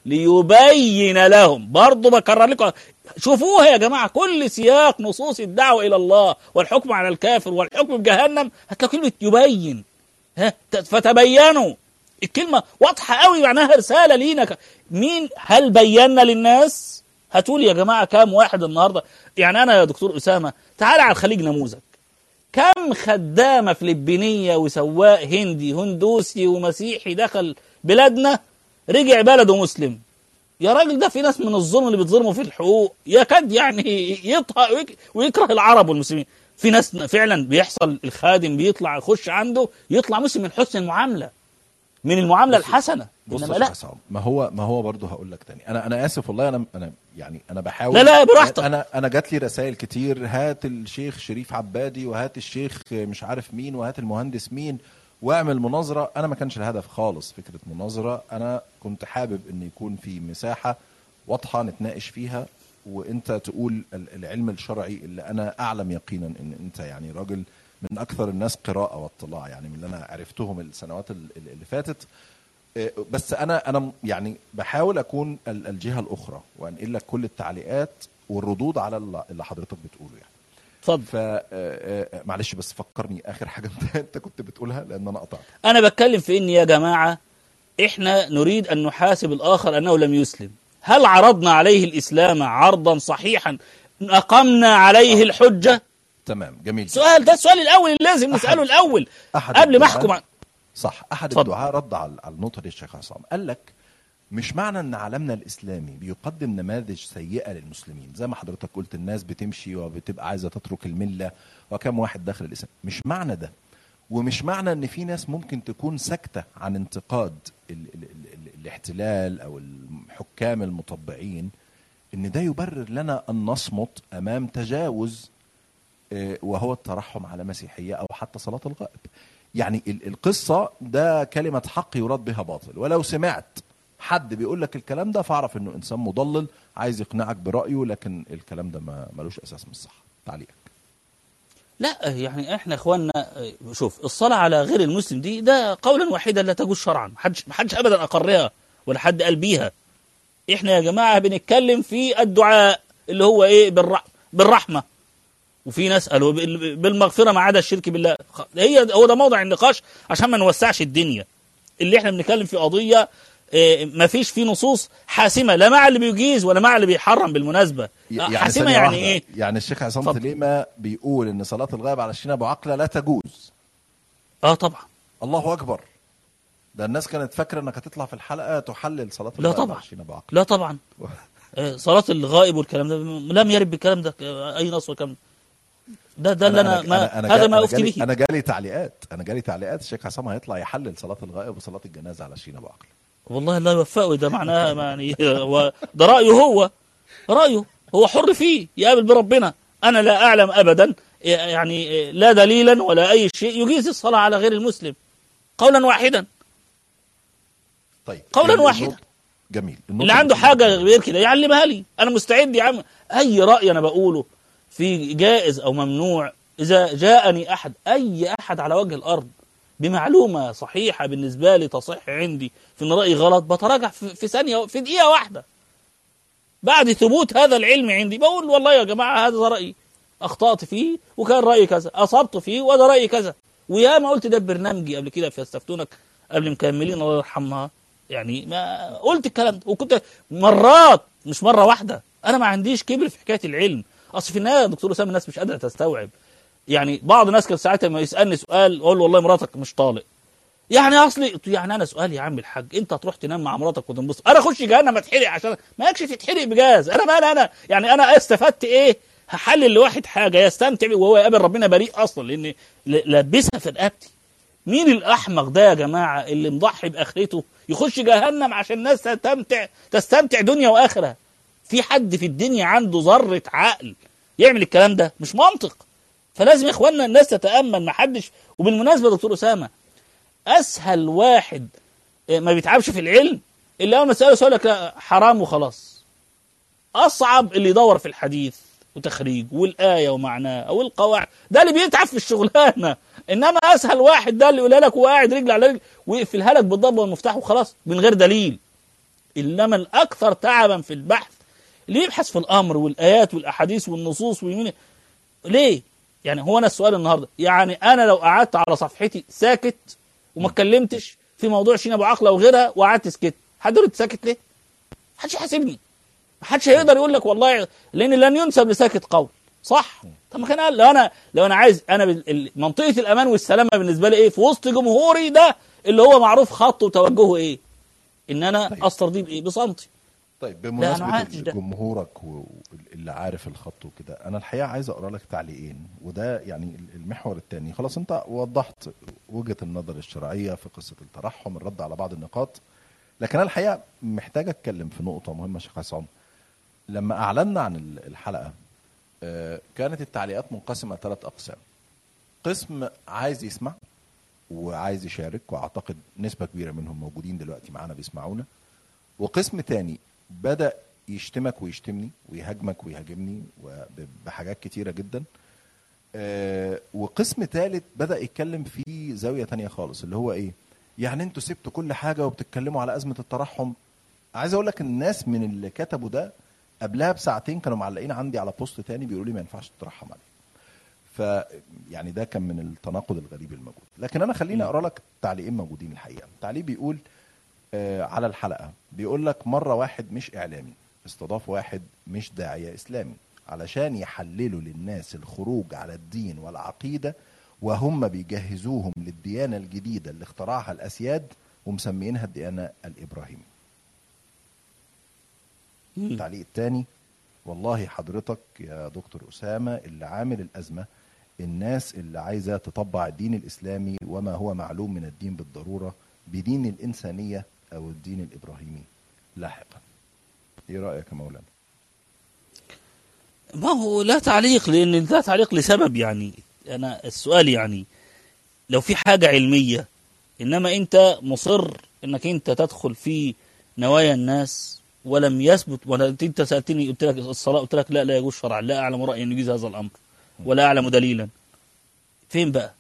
ليبين لهم. برضو بكرر لكم، شوفوها يا جماعة، كل سياق نصوص الدعوة إلى الله والحكم على الكافر والحكم بجهنم هتلاقوا كلمة يبين. فتبينوا، الكلمة واضحة قوي، معناها رسالة لينا. مين هل بينا للناس؟ هتقول يا جماعة كام واحد النهاردة؟ يعني أنا يا دكتور أسامة تعالى على الخليج نموذج، كم خدامة فلبينية وسواق هندي هندوسي ومسيحي دخل بلادنا رجع بلده مسلم. يا راجل ده في ناس من الظلم اللي بيتظلموا في الحقوق يكاد يعني يطهق ويكره العرب والمسلمين. في ناس فعلا بيحصل الخادم بيطلع يخش عنده يطلع مسلم من حسن المعاملة، من المعاملة الحسنة. انما لا، ما هو برضه هقول لك تاني، انا اسف والله، انا بحاول. لا براحتك. انا جات لي رسائل كتير، هات الشيخ شريف عبادي وهات الشيخ مش عارف مين وهات المهندس مين واعمل مناظرة. انا ما كانش الهدف خالص فكرة مناظرة، انا كنت حابب ان يكون في مساحة واضحة نتناقش فيها، وانت تقول العلم الشرعي اللي انا اعلم يقينا ان انت يعني راجل من اكثر الناس قراءة واطلاع، يعني من اللي انا عرفتهم السنوات اللي فاتت. بس انا يعني بحاول اكون الجهة الاخرى وانقل لك كل التعليقات والردود على اللي حضرتك بتقوله يعني. اتفضل. معلش بس فكرني اخر حاجة انت كنت بتقولها لان انا قطعت. انا بتكلم في ان يا جماعة احنا نريد ان نحاسب الاخر انه لم يسلم. هل عرضنا عليه الاسلام عرضا صحيحا اقمنا عليه الحجة؟ تمام، جميل. ده السؤال الاول اللي لازم نسأله الاول قبل ما احكم. صح. احد الدعاة رد على النقطة دي الشيخ عصام، قال لك مش معنى ان عالمنا الاسلامي بيقدم نماذج سيئة للمسلمين، زي ما حضرتك قلت الناس بتمشي وبتبقى عايزة تترك الملة وكم واحد داخل الاسلام، مش معنى ده، ومش معنى ان في ناس ممكن تكون ساكتة عن انتقاد الاحتلال او الحكام المطبعين ان ده يبرر لنا ان نصمت امام تجاوز وهو الترحم على مسيحية او حتى صلاة الغائب. يعني القصة ده كلمة حق يراد بها باطل، ولو سمعت حد بيقول لك الكلام ده فاعرف انه انسان مضلل عايز يقنعك برأيه، لكن الكلام ده ملوش اساس من الصحة. تعليقك. لا يعني احنا اخواننا، شوف الصلاة على غير المسلم دي ده قولا واحدا لا تجوز شرعا، محدش ابدا اقرها ولا حد قال بيها. احنا يا جماعة بنتكلم في الدعاء اللي هو ايه بالرحمة، وفي ناس قالوا بالمغفرة ما عدا الشرك بالله. هو ده موضع النقاش عشان ما نوسعش الدنيا. اللي احنا بنتكلم في قضية ما فيش فيه نصوص حاسمة لا مع اللي بيجيز ولا مع اللي بيحرم بالمناسبة. يعني حاسمة يعني ايه؟ يعني الشيخ عصام تليمة بيقول ان صلاة الغائب على الشين ابو عقلة لا تجوز. طبعا. الله اكبر. ده الناس كانت فاكرة انك هتطلع في الحلقة تحلل صلاة الغائب على الشين ابو عقلة. لا طبعا. صلاة الغائب والكلام ده لم يرد بالكلام ده اي نص والكلام ده اللي هذا ما افتي به. انا جالي تعليقات الشيخ عصام هيطلع يحلل صلاة الغائب وصلاة الجنازة على الشين ابو عقلة. والله الله يوفقه، ده معناها يعني ده رأيه، هو حر فيه، يقابل بربنا. انا لا اعلم ابدا يعني لا دليلا ولا اي شيء يجيز الصلاة على غير المسلم قولا واحدا. طيب قولا واحدا. جميل. اللي عنده حاجة غير كده يعلمها لي، انا مستعد يا عم. اي رأي انا بقوله في جائز او ممنوع، اذا جاءني اي احد على وجه الارض بمعلومة صحيحة بالنسبة لي تصح عندي في ان رأيي غلط، بتراجع في ثانية، في دقيقة واحدة بعد ثبوت هذا العلم عندي، بقول والله يا جماعة هذا رأيي، أخطأت فيه وكان رأيي كذا، أصبت فيه وهذا رأيي كذا. ويا ما قلت ده برنامجي قبل كده في استفتونك قبل مكملين الله يرحمها، يعني ما قلت الكلام ده، وكنت مرات مش مرة واحدة. أنا ما عنديش كبر في حكاية العلم. أصل في النهاية يا دكتور أسامة الناس مش قادرة تستوعب. يعني بعض الناس كان ساعتها ما يسألني سؤال أقول له والله مراتك مش طالق، يعني اصلي يعني انا سؤال يا عم الحاج، انت تروح تنام مع مراتك وتنبسط، انا اخش جهنم اتحرق عشان ما يكش تتحرق بجاز؟ انا يعني انا استفدت ايه؟ هحلل لواحد حاجه يستمتع وهو يقابل ربنا بريء اصلا لان لبسها في رقبتي. مين الاحمق ده يا جماعه اللي مضحي باخرته يخش جهنم عشان الناس تستمتع دنيا واخره؟ في حد في الدنيا عنده ذره عقل يعمل الكلام ده؟ مش منطق. فلازم يا اخواننا الناس تتامل، ما حدش. وبالمناسبه دكتور اسامه، اسهل واحد ما بيتعبش في العلم اللي اول ما تساله سؤال لك حرام وخلاص. اصعب اللي يدور في الحديث وتخريج والايه ومعناه او القواعد، ده اللي بيتعب في الشغلانه. انما اسهل واحد ده اللي يقولها لك وهو قاعد رجل على رجل ويقفلها لك بالضبط والمفتاح وخلاص من غير دليل. انما الاكثر تعبا في البحث اللي يبحث في الامر والايات والاحاديث والنصوص ويمين. ليه؟ يعني هو انا السؤال النهارده، يعني انا لو قعدت على صفحتي ساكت وما اتكلمتش في موضوع شيرين ابو عقله وغيرها وقعدت سكت، حد يقول ساكت ليه؟ محدش يحاسبني، محدش هيقدر يقول لك والله، لان لن ينسب لساكت قول، صح؟ طب ما كان قال لو انا عايز انا منطقه الامان والسلامه بالنسبه لي ايه؟ في وسط جمهوري ده اللي هو معروف خطه وتوجهه ايه؟ ان انا استرضيه بايه؟ بصمتي. طيب بمناسبة جمهورك واللي عارف الخط وكده، أنا الحقيقة عايز أقرأ لك تعليقين، وده يعني المحور الثاني. خلاص أنت وضحت وجهة النظر الشرعية في قصة الترحم، الرد على بعض النقاط، لكن أنا الحقيقة محتاج أتكلم في نقطة مهمة. شيخ عصام، لما أعلنا عن الحلقة كانت التعليقات منقسمة 3 أقسام. قسم عايز يسمع وعايز يشارك، وأعتقد نسبة كبيرة منهم موجودين دلوقتي معانا بيسمعونا، وقسم تاني بدأ يشتمك ويشتمني ويهاجمك ويهاجمني بحاجات كتيرة جدا، وقسم ثالث بدأ يتكلم في زاوية تانية خالص، اللي هو ايه؟ يعني انتوا سبتوا كل حاجة وبتتكلموا على أزمة الترحم. عايز اقول لك الناس من اللي كتبوا ده قبلها بساعتين كانوا معلقين عندي على بوست تاني بيقولوا لي ما ينفعش تترحم عليه. يعني ده كان من التناقض الغريب الموجود. لكن انا خليني اقرا لك تعليقين موجودين. الحقيقة تعليق بيقول على الحلقة، بيقول لك مرة واحد مش إعلامي استضاف واحد مش داعية إسلامي علشان يحللوا للناس الخروج على الدين والعقيدة، وهم بيجهزوهم للديانة الجديدة اللي اخترعها الأسياد ومسمينها الديانة الإبراهيمية. التعليق الثاني، والله حضرتك يا دكتور أسامة اللي عامل الأزمة الناس اللي عايزة تطبع الدين الإسلامي وما هو معلوم من الدين بالضرورة بدين الإنسانية أو الدين الإبراهيمي لاحقا. إيه رأيك يا مولانا؟ ما هو لا تعليق، لأن لا تعليق لسبب. يعني أنا السؤال يعني لو في حاجة علمية، إنما أنت مصر إنك أنت تدخل في نوايا الناس ولم يثبت. ولا أنت سألتني قلت لك الصلاة، قلت لك لا يجوز شرعا، لا أعلم رأيا أن يجوز هذا الأمر ولا أعلم دليلا. فين بقى؟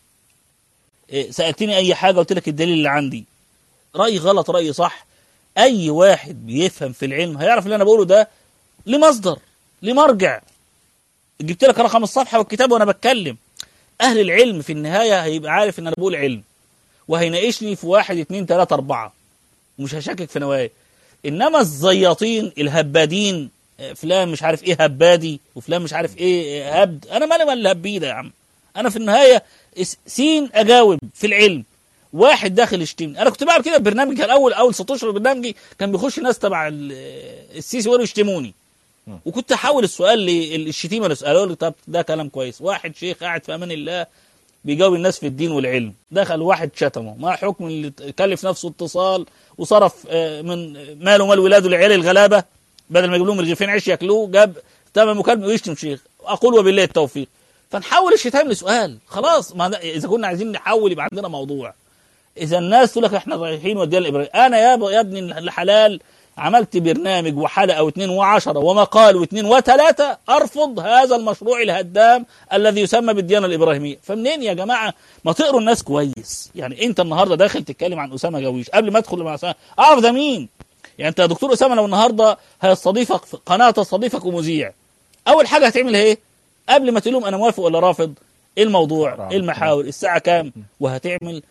سألتني أي حاجة قلت لك الدليل اللي عندي. رأي غلط رأي صح، أي واحد بيفهم في العلم هيعرف اللي أنا بقوله ده لمصدر لمرجع. جبت لك رقم الصفحة والكتاب وأنا بتكلم. أهل العلم في النهاية هيبقى عارف إن أنا بقول علم، وهيناقشني في 1 2 3 4 ومش هشكك في نوايا. إنما الزياطين الهبادين، فلان مش عارف إيه هبادي وفلان مش عارف إيه هبد، أنا مالي مال الهبي ده يا عم. أنا في النهاية سين أجاوب في العلم. واحد داخل يشتمني، انا كنت بعمل كده في برنامج، كان اول 16 برنامجي كان بيخش ناس تبع السيسي ويقولوا يشتموني، وكنت احول السؤال للشتيمه اللي اساله لي. طب ده كلام كويس، واحد شيخ قاعد في امان الله بيجاوب الناس في الدين والعلم، دخل واحد شتمه، ما حكم اللي كلف نفسه اتصال وصرف من ماله ومال ولاده لعيال الغلابه بدل ما يجيب لهم رغيفين عيش ياكلوه، جاب ثمن مكالمه ويشتم شيخ. اقول وبالله التوفيق. فنحول الشتام لسؤال. خلاص، ما اذا كنا عايزين نحول يبقى عندنا موضوع. إذا الناس تقول لك إحنا رايحين والديانة الإبراهيمية، أنا يا ابني الحلال عملت برنامج وحلقة واثنين وعشرة ومقال واثنين وثلاثة أرفض هذا المشروع الهدام الذي يسمى بالديانة الإبراهيمية. فمنين يا جماعة؟ ما تقروا الناس كويس. يعني أنت النهاردة داخل تتكلم عن أسامة جويش، قبل ما أدخل مع أسامة أعرف ده مين. يعني أنت يا دكتور أسامة لو النهاردة هيستضيفك في قناة تستضيفك ومذيع، أول حاجة هتعمل إيه؟ قبل ما تقول لهم أنا موافق ولا رافض، إيه الموضوع؟ إيه المحاور؟ الساعة كام؟ وهتعمل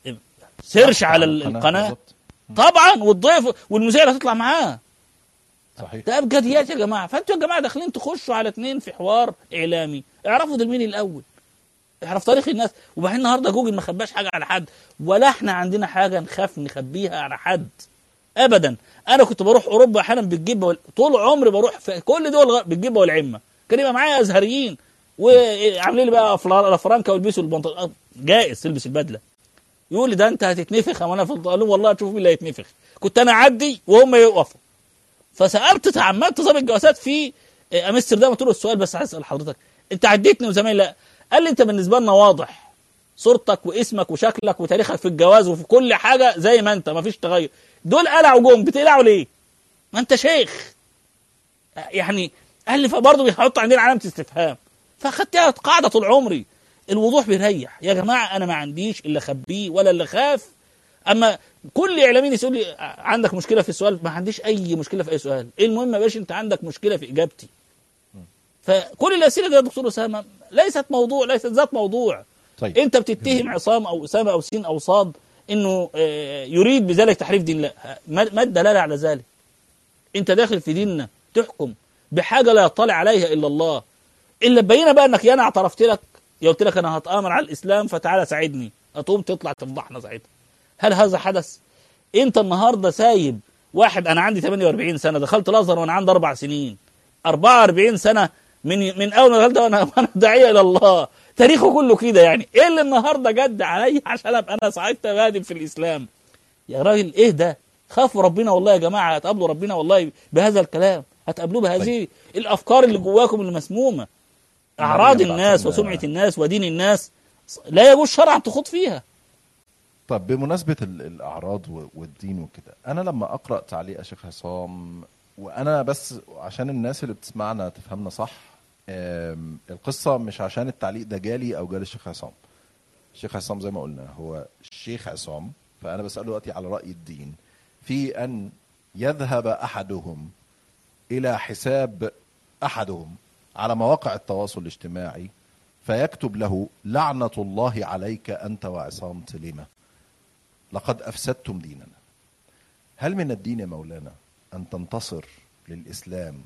سيرش على القناة طبعا، والضيف والمذيع اللي هتطلع معاه. صحيح. ده ابجديات يا جماعه. فانتوا يا جماعه داخلين تخشوا على 2 في حوار اعلامي، اعرفوا ده مين الاول، اعرف تاريخ الناس. وبعدين النهارده جوجل ما خباش حاجه على حد، ولا احنا عندنا حاجه نخاف نخبيها على حد ابدا. انا كنت بروح اوروبا احيانا بالجبه طول عمري بروح في كل دول بالجبه والعمه، كان يبقى معايا ازهريين وعاملين لي بقى الافرانكا والبسوا البنطلون، جائز تلبس البدله. يقول لي ده انت هتتنفخ، وانا في الطالون والله تشوف مين اللي هيتنفخ. كنت انا اعدي وهم يوقفوا. فسالت تعمدت ضابط الجواسات في امستردام، قلت له السؤال بس عايز اسال حضرتك، انت عديتني وزمان لا؟ قال لي انت بالنسبه لنا واضح، صورتك واسمك وشكلك وتاريخك في الجواز وفي كل حاجه زي ما انت، ما فيش تغير. دول قلعوا جم، بتقلعوا ليه؟ ما انت شيخ يعني. قال لي فبرضه بيحط عندنا علامه استفهام. فاخدتها قاعده طول عمري. الوضوح بيريح يا جماعه. انا ما عنديش اللي اخبيه ولا اللي خاف. اما كل اعلامي يقول لي عندك مشكله في السؤال، ما عنديش اي مشكله في اي سؤال، ايه المهم يا باشا انت عندك مشكله في اجابتي. فكل الاسئله دي يا دكتور اسامه ليست ذات موضوع. طيب. انت بتتهم عصام او اسامه او سين او صاد انه يريد بذلك تحريف دين الله، ما الدلاله على ذلك؟ انت داخل في ديننا تحكم بحاجه لا يطلع عليها الا الله، الا بينا بقى انك انا اعترفت لك، قلت لك انا هتامر على الاسلام فتعالى ساعدني، هتقوم تطلع تفضحنا ساعتها. هل هذا حدث؟ انت النهارده سايب واحد، انا عندي 48 سنه دخلت الازهر وانا عندي 4 سنين، 44 سنه من اول ما دخلت وانا داعيه الى الله، تاريخه كله كده. يعني ايه اللي النهارده جد عليا عشان ابقى انا صعدت بادئ في الاسلام؟ يا راجل ايه ده؟ خافوا ربنا والله يا جماعه، هتقابلوا ربنا والله بهذا الكلام، هتقابلوه بهذه الافكار اللي جواكم المسمومه. اعراض الناس وسمعه الناس ودين الناس لا يجوز شرعا تخوض فيها. طب بمناسبة الأعراض والدين وكده، أنا لما أقرأ تعليق شيخ عصام، وأنا بس عشان الناس اللي بتسمعنا تفهمنا صح، القصة مش عشان التعليق ده جالي أو جال الشيخ عصام. الشيخ عصام زي ما قلنا هو الشيخ عصام، فأنا بسأله دلوقتي على رأي الدين في أن يذهب أحدهم إلى حساب أحدهم على مواقع التواصل الاجتماعي فيكتب له: لعنة الله عليك أنت وعصام سليمة، لقد أفسدتم ديننا. هل من الدين يا مولانا أن تنتصر للإسلام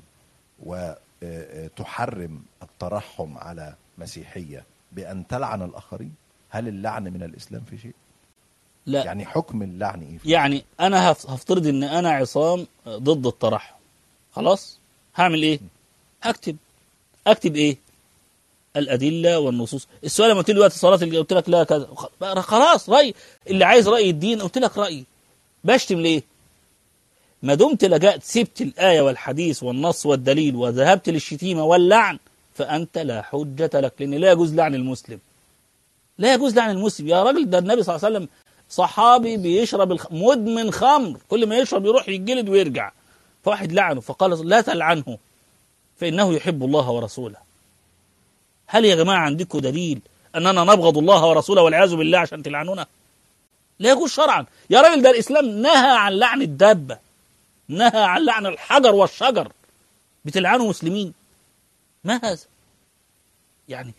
وتحرم الترحم على مسيحية بأن تلعن الآخرين؟ هل اللعن من الإسلام في شيء؟ لا. يعني حكم اللعن إيه؟ يعني أنا هفترض إن أنا عصام ضد الترحم، خلاص هعمل إيه؟ أكتب إيه؟ الأدلة والنصوص. السؤال لما قلت لي وقت الصلاة اللي قلت لك لا كذا، خلاص رأي اللي عايز رأي الدين قلت لك رأيي. بشتم ليه؟ ما دمت لجأت سبت الآية والحديث والنص والدليل وذهبت للشتيمة واللعن فأنت لا حجة لك، لأن لا يجوز لعن المسلم. لا يجوز لعن المسلم يا راجل. ده النبي صلى الله عليه وسلم صحابي بيشرب مدمن خمر، كل ما يشرب يروح يتجلد ويرجع، فواحد لعنه فقال لا تلعنه فإنه يحب الله ورسوله. هل يا جماعة عندكم دليل أننا نبغض الله ورسوله والعياذ بالله عشان تلعنونا؟ لا يجوز شرعا يا راجل. ده الإسلام نهى عن لعن الدابة، نهى عن لعن الحجر والشجر، بتلعنوا مسلمين؟ ما هذا؟ يعني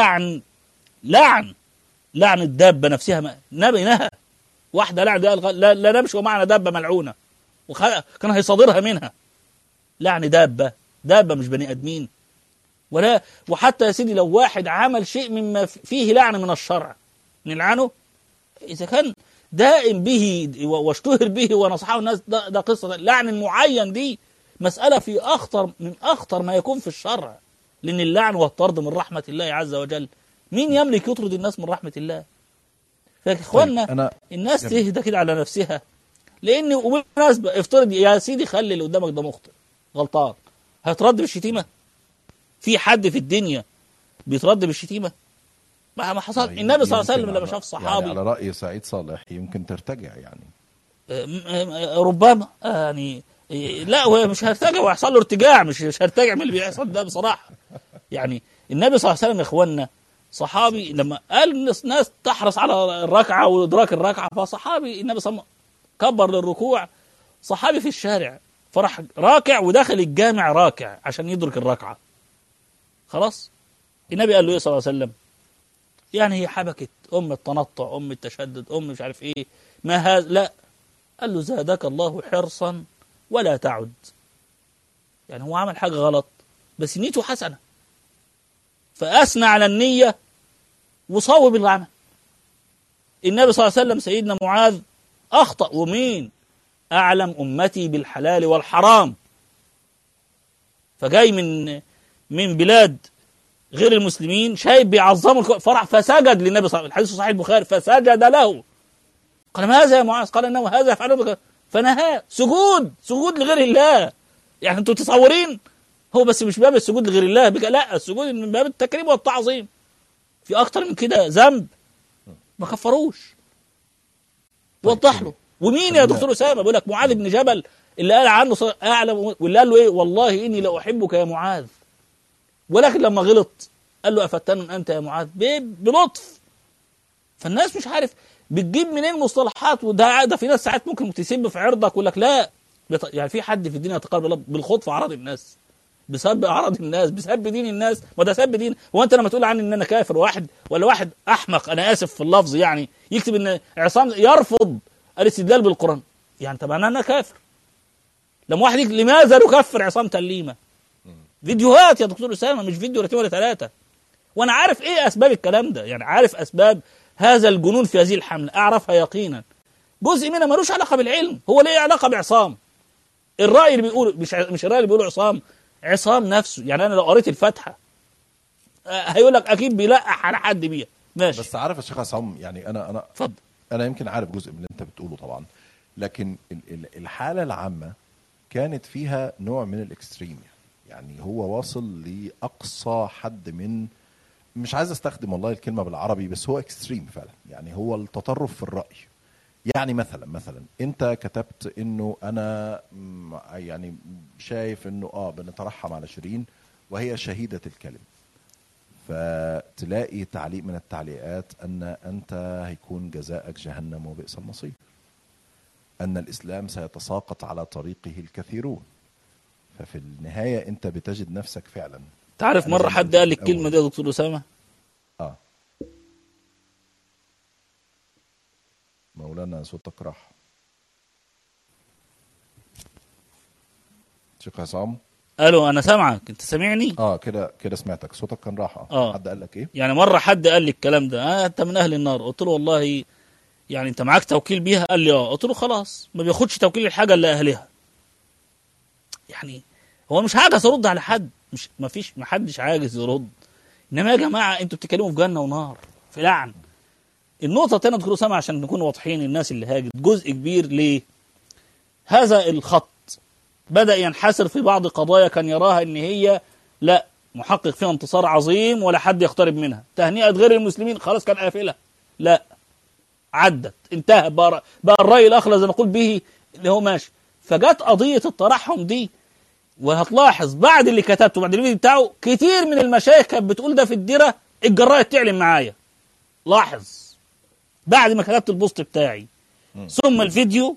لعن الدابة نفسها، ما نبي نهى. واحدة لعن لا نمشي ومعنا دابة ملعونة، وكان هيصادرها منها. لعن دابة مش بني آدمين. ولا وحتى يا سيدي لو واحد عمل شيء مما فيه لعن من الشرع نلعنه، إذا كان دائم به واشتهر به ونصحه الناس، ده قصة. لعن المعين دي مسألة في من أخطر ما يكون في الشرع، لأن اللعن والطرد من رحمة الله عز وجل. مين يملك يطرد الناس من رحمة الله؟ فإخواننا الناس تهدى كده على نفسها، لأن وبالمناسبة افترض يا سيدي خلي اللي قدامك ده مخطئ غلطان، هيترد بالشتيمة؟ في حد في الدنيا بيترد بالشتيمة؟ ما حصل. النبي صلى الله عليه وسلم لما شاف صحابي، يعني على رأي سعيد صالح يمكن ترتجع، يعني ربما يعني لا هو مش هيرتجع، ويحصل له ارتجاع، مش هيرتجع من اللي بيحصل ده بصراحة. يعني النبي صلى الله عليه وسلم يا اخوانا، صحابي لما قال الناس تحرص على الركعة وإدراك الركعة، فصحابي النبي صلى الله عليه وسلم كبر للركوع، صحابي في الشارع فرح راكع ودخل الجامع راكع عشان يدرك الركعة. خلاص النبي قال له ايه صلى الله عليه وسلم؟ يعني هي حبكت التنطع، التشدد، مش عارف ايه، ما هذا؟ لا، قال له زادك الله حرصا ولا تعد. يعني هو عمل حاجة غلط بس نيته حسنة، فأثنى على النية وصوب العمل. النبي صلى الله عليه وسلم سيدنا معاذ أخطأ، ومين أعلم أمتي بالحلال والحرام، فجاي من بلاد غير المسلمين شايف بيعظموا فرح، فسجد للنبي صلى الله عليه وسلم. الحديث صحيح البخاري، فسجد له. قال ما هذا يا معاذ؟ قال انه هذا يفعله، فنهاه. سجود لغير الله. يعني انتوا تصورين هو بس مش باب السجود لغير الله لا، السجود من باب التكريم والتعظيم. في اكتر من كده ذنب ما كفروش. وضح له. ومين يا دكتور اسامه؟ بيقول لك معاذ بن جبل اللي قال عنه اعلم، واللي قال له ايه؟ والله اني لاحبك يا معاذ، ولكن لما غلط قال له أفتن أنت يا معاذ بلطف. فالناس مش عارف بتجيب منين مصطلحات؟ وده في ناس ساعات ممكن تسب في عرضك ويقول لك لا، يعني في حد في الدنيا يتقرب بالخوض في اعراض الناس، بسبب اعراض الناس، بسبب دين الناس، وده سب دين. هو انت لما تقول عني ان انا كافر واحد، ولا واحد احمق، انا اسف في اللفظ يعني، يكتب ان عصام يرفض الاستدلال بالقران، يعني طب انا كافر. لما واحد لماذا نكفر عصام تليمه؟ فيديوهات يا دكتور اسامه، مش فيديو ولا 2 ولا 3. وانا عارف ايه اسباب الكلام ده، يعني عارف اسباب هذا الجنون في هذه الحمله، اعرفها يقينا. جزء منها ملوش علاقه بالعلم، هو ليه علاقه بعصام؟ الراي اللي بيقوله مش الراي اللي بيقوله عصام نفسه. يعني انا لو قريت الفاتحه هيقول لك اكيد بيلقح على حد بيها، ماشي. بس عارف يا شيخ عصام، يعني انا اتفضل. انا يمكن عارف جزء من اللي انت بتقوله طبعا، لكن الحاله العامه كانت فيها نوع من الاكستريم، يعني هو واصل لاقصى حد من، مش عايز استخدم والله الكلمه بالعربي، بس هو اكستريم فعلا، يعني هو التطرف في الراي. يعني مثلا انت كتبت انه انا يعني شايف انه بنترحم على شيرين وهي شهيده الكلمه، فتلاقي تعليق من التعليقات ان انت هيكون جزاءك جهنم وبئس المصير، ان الاسلام سيتساقط على طريقه الكثيرون. ففي النهايه انت بتجد نفسك فعلا. تعرف مره حد قال الكلمه دي يا دكتور اسامه؟ مولانا صوتك راح. شيخ عصام، الو، انا سامعك، انت سامعني؟ كده سمعتك، صوتك كان راح. حد قال لك ايه؟ يعني مره حد قال لي الكلام ده، انت من اهل النار. قلت له والله يعني انت معاك توكيل بيها؟ قال لي قلت له خلاص، ما بياخدش توكيل الحاجه الا اهلها. يعني هو مش عاجز يرد على حد، مش ما حدش عاجز يرد. انما يا جماعه انتوا بتتكلموا في جنه ونار، في لعن. النقطه الثانيه دكتور اسامه عشان نكون واضحين، الناس اللي هاجت جزء كبير ليه هذا الخط بدأ ينحسر في بعض قضايا كان يراها ان هي لا محقق فيها انتصار عظيم ولا حد يقترب منها، تهنئة غير المسلمين، خلاص كان قافلة، لا عدت، انتهى، بقى الرأي الأخلى زي ما نقول به اللي هو ماشي. فجت قضية الترحم دي، وهتلاحظ بعد اللي كتبته بعد الفيديو بتاعه كتير من المشايخ كانت بتقول ده في الديرة، الجرايد تعلن معايا. لاحظ بعد ما كتبت البوست بتاعي ثم الفيديو،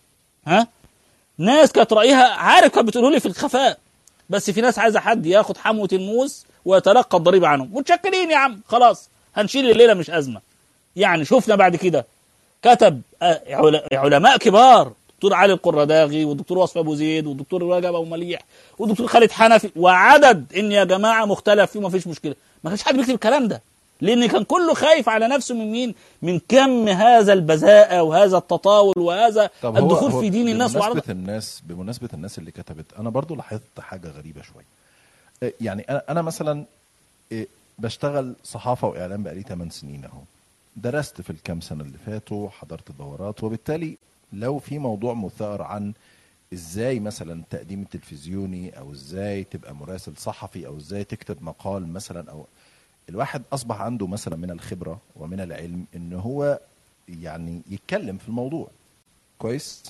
ناس كانت رأيها عارف كانت بتقوله لي في الخفاء، بس في ناس عايزه حد ياخد حموة الموس ويتلقى الضريبة عنهم. متشكرين يا عم، خلاص هنشيل الليلة، مش أزمة. يعني شفنا بعد كده كتب علماء كبار، دكتور علي القرداغي والدكتور وصف أبو زيد والدكتور رجب أبو مليح والدكتور خالد حنفي، وعدد إن يا جماعة مختلف فيه، ما فيش مشكلة. ما كانش حد بيكتب الكلام ده، لأن كان كله خايف على نفسه من مين؟ من كم هذا البذاءة وهذا التطاول وهذا الدخول في دين الناس بمناسبة الناس اللي كتبت، أنا برضو لاحظت حاجة غريبة شوية. يعني أنا مثلا بشتغل صحافة وإعلام بقالي 8 سنين أهو، درست في الكام سنة اللي فاتوا، حضرت دورات، وبالتالي لو في موضوع مثار عن ازاي مثلا تقديم التلفزيوني، او ازاي تبقى مراسل صحفي، او ازاي تكتب مقال مثلا، او الواحد اصبح عنده مثلا من الخبرة ومن العلم ان هو يعني يتكلم في الموضوع كويس.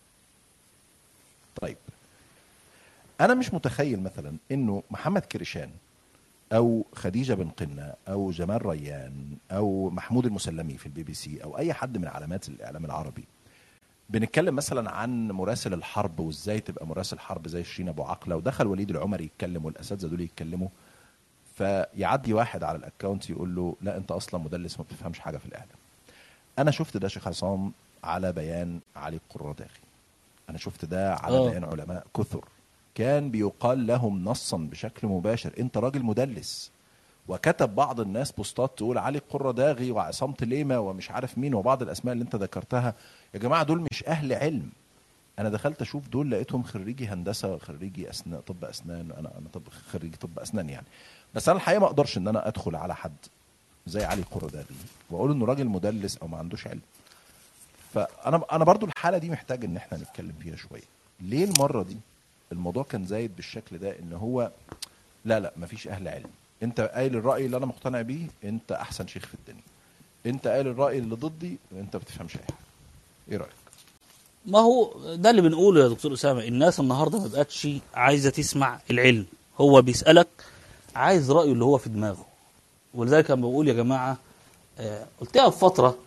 طيب انا مش متخيل مثلا انه محمد كريشان او خديجة بن قنة او جمال ريان او محمود المسلمي في البي بي سي او اي حد من علامات الاعلام العربي بنتكلم مثلا عن مراسل الحرب وازاي تبقى مراسل حرب زي شيرين ابو عقله، ودخل وليد العمري يتكلم والاساتذه دول يتكلموا، فيعدي واحد على الاكونت يقول له لا انت اصلا مدلس ما بتفهمش حاجه في الاعلام. انا شفت ده شيخ عصام على بيان علي القرداغي، انا شفت ده على بيان علماء كثر كان بيقال لهم نصا بشكل مباشر انت راجل مدلس، وكتب بعض الناس بوستات تقول علي القرداغي وعصام تليمة ومش عارف مين وبعض الاسماء اللي انت ذكرتها. يا جماعه دول مش اهل علم. انا دخلت اشوف دول لقيتهم خريجي هندسه، خريجي اسنان، طب اسنان، انا خريجي طب اسنان يعني. بس انا الحقيقه ما اقدرش ان انا ادخل على حد زي علي القرداغي واقول انه راجل مدلس او ما عندوش علم. فانا برضو الحاله دي محتاج ان احنا نتكلم فيها شويه. ليه المره دي الموضوع كان زايد بالشكل ده؟ ان هو لا مفيش اهل علم، انت قايل الراي اللي انا مقتنع بيه انت احسن شيخ في الدنيا، انت قايل الراي اللي ضدي انت بتفهمش اي حاجه. ايه رايك؟ ما هو ده اللي بنقوله يا دكتور اسامه، الناس النهارده ما بقتش عايزه تسمع العلم، هو بيسالك عايز رايه اللي هو في دماغه. ولذلك انا بقول يا جماعه قلتها في فتره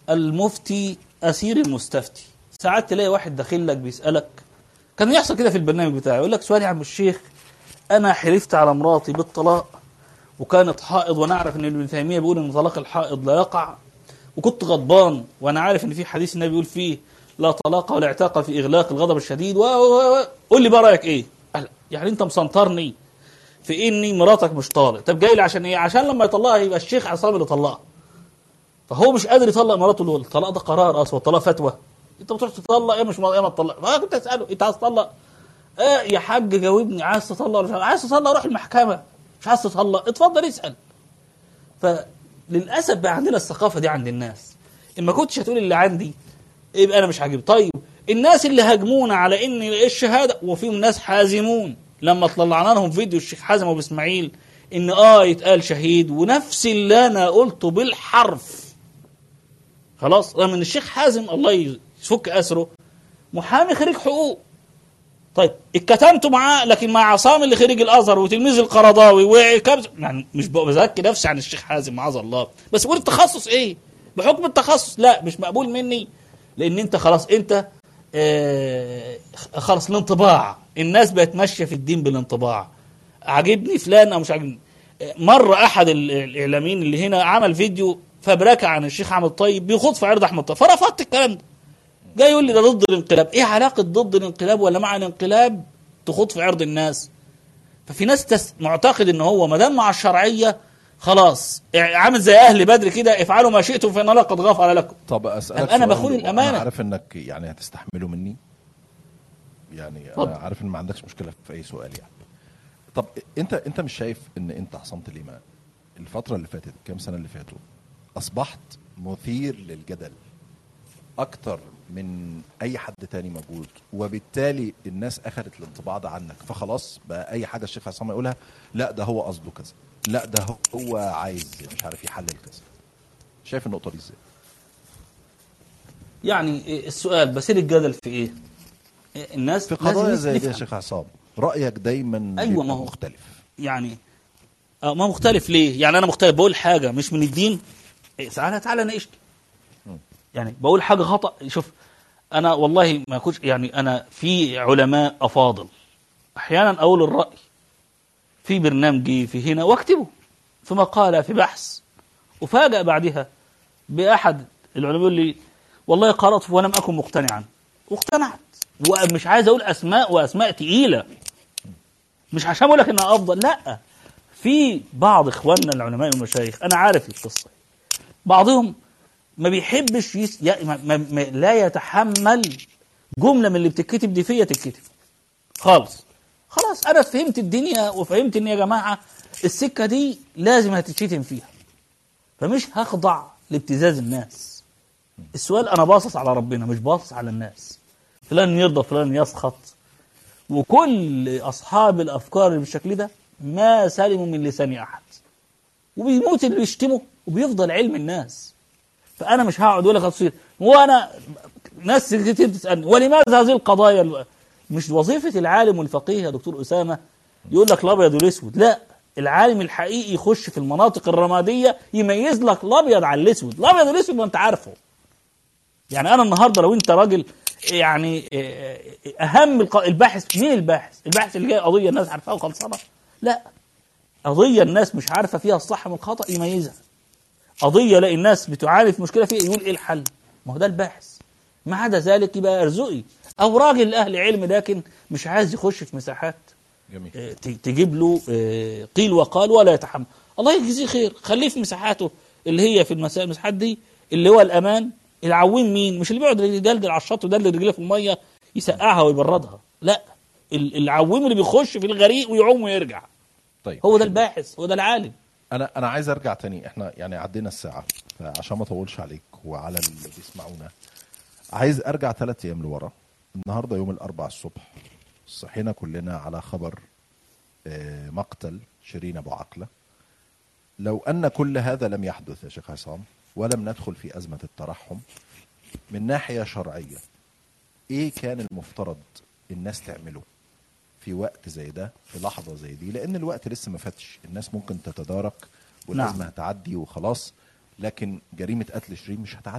المفتي أسير المستفتي. ساعات تلاقي واحد داخل لك بيسألك، كان يحصل كده في البرنامج بتاعي، يقول لك سؤال يا عم الشيخ، أنا حلفت على مراتي بالطلاق وكانت حائض، وأنا أعرف إن ابن تيمية بيقول إن طلاق الحائض لا يقع، وكنت غضبان وأنا عارف إن في حديث النبي بيقول فيه لا طلاق ولا اعتاق في إغلاق الغضب الشديد قول لي بقى رأيك إيه؟ يعني أنت مسنطرني في إني مراتك مش طالق، طب جاي لي عشان إيه؟ عشان لما يطلقها يبقى الشيخ عصام اللي طلقها. فهو مش قادر يطلق مراته الأولى، الطلاق ده قرار أصلا، الطلاق فتوى. أنت بتروح تطلق إيه؟ مش ما تطلق، ما كنت أسأله أنت عايز تطلق؟ يا حاج جاوبني، عايز تطلق ولا مش عايز تطلق؟ روح المحكمة. مش عايز تطلق اتفضل اسأل. فللأسف بقى عندنا الثقافة دي عند الناس، إن ما كنتش هتقول اللي عندي يبقى أنا مش عاجب. طيب الناس اللي هاجمونا على إن الشهادة، وفيهم ناس حازمون لما طلعنا لهم فيديو الشيخ حازم أبو إسماعيل إن يتقال شهيد، ونفس اللي أنا قلته بالحرف. خلاص، رغم إن الشيخ حازم الله يفك أسره محامي خريج حقوق. طيب اتكتمتوا معاه، لكن مع عصام اللي خريج الازهر وتلميذ القرضاوي يعني مش بزكي نفسي عن الشيخ حازم معاذ الله، بس بقول التخصص ايه بحكم التخصص، لا مش مقبول مني، لان انت خلاص انت خلاص الانطباع، الناس بقت ماشيه في الدين بالانطباع، عاجبني فلان او مش عاجبني. مره احد الاعلاميين اللي هنا عمل فيديو فبركه عن الشيخ احمد طيب بيخوض في عرض احمد طيب، فرفضت الكلام ده. جاي يقول لي ده ضد الانقلاب. ايه علاقه ضد الانقلاب ولا مع الانقلاب تخوض في عرض الناس؟ ففي ناس معتقد ان هو ما دام مع الشرعيه خلاص، عامل زي اهل بدر كده، افعلوا ما شئتم فان الله قد غفر لكم. طب اسالك انا بخون الامانه. انا عارف انك يعني هتستحمله مني، يعني انا عارف ان ما عندكش مشكله في اي سؤال يعني. طب انت مش شايف ان انت عصمت الإمام الفتره اللي فاتت، كام سنه اللي فاتوا، اصبحت مثير للجدل اكتر من اي حد تاني موجود، وبالتالي الناس اخذت الانطباع ده عنك، فخلاص بقى اي حاجه الشيخ عصام يقولها لا ده هو قصده كذا، لا ده هو عايز مش عارف يحلل كذا. شايف النقطه دي ازاي؟ يعني السؤال بسير الجدل في ايه؟ الناس في قضايا زي دي يا شيخ عصام رايك دايما ايوه ما هو مختلف. يعني ما مختلف ليه؟ يعني انا مختلف بقول حاجه مش من الدين، تعالى ناقشني. يعني بقول حاجه خطا. شوف انا والله ما كنتش، يعني انا في علماء افاضل احيانا اقول الراي في برنامجي في هنا واكتبه في مقاله في بحث، وفاجأ بعدها باحد العلماء يقول لي والله قرأت ولم اكن مقتنعا، واقتنعت. ومش عايز اقول اسماء، واسماء تقيله، مش عشان اقول لك انها افضل، لا، في بعض اخواننا العلماء والمشايخ انا عارف القصه، بعضهم ما بيحبش لا يتحمل جمله من اللي بتتكتب دي فيا تتكتب خالص. خلاص انا فهمت الدنيا وفهمت ان يا جماعه السكه دي لازم هتتشتم فيها، فمش هخضع لابتزاز الناس. السؤال انا باصص على ربنا مش باصص على الناس، فلان يرضى فلان يسخط، وكل اصحاب الافكار اللي بالشكل ده ما سلموا من لسان احد، وبيموت اللي بيشتمه وبيفضل علم الناس. فانا مش هقعد اقول لك هتصير، وانا ناس كتير تسالني ولماذا هذه القضايا؟ مش وظيفه العالم والفقيه يا دكتور اسامه يقول لك الابيض والاسود، لا، العالم الحقيقي يخش في المناطق الرماديه يميز لك الابيض عن الاسود. الابيض والاسود ما انت عارفه. يعني انا النهارده لو انت راجل يعني اهم الباحث، مين الباحث؟ الباحث اللي جاي قضيه الناس عارفاها وخلصانه؟ لا، قضيه الناس مش عارفه فيها الصح من الخطا يميزها، قضيه لا الناس بتعاني في مشكله فيها يقول ايه الحل. ما هو ده الباحث. ما عدا ذلك يبقى ارزقي او راجل اهل علم لكن مش عايز يخش في مساحات جميل. تجيب له قيل وقال ولا يتحمل. الله يجزيه خير، خليه في مساحاته اللي هي في المساحات دي اللي هو الامان. العويم مين؟ مش اللي بيقعد يدلدل على الشط ويدلدل رجليه في الميه يسقعها ويبردها، لا، العويم اللي بيخش في الغريق ويعوم ويرجع. طيب هو ده الباحث، هو ده العالم. انا عايز ارجع تاني، احنا يعني عدينا الساعه، فعشان ما اطولش عليك وعلى اللي بيسمعونا عايز ارجع 3 ايام لورا. النهارده يوم الاربعاء الصبح صحينا كلنا على خبر مقتل شيرين ابو عقله. لو ان كل هذا لم يحدث يا شيخ عصام ولم ندخل في ازمه الترحم من ناحيه شرعيه، ايه كان المفترض الناس تعمله في وقت زي ده، في لحظه زي دي؟ لان الوقت لسه ما فاتش، الناس ممكن تتدارك والازمه هتعدي وخلاص، لكن جريمه قتل شيرين مش هتعدي.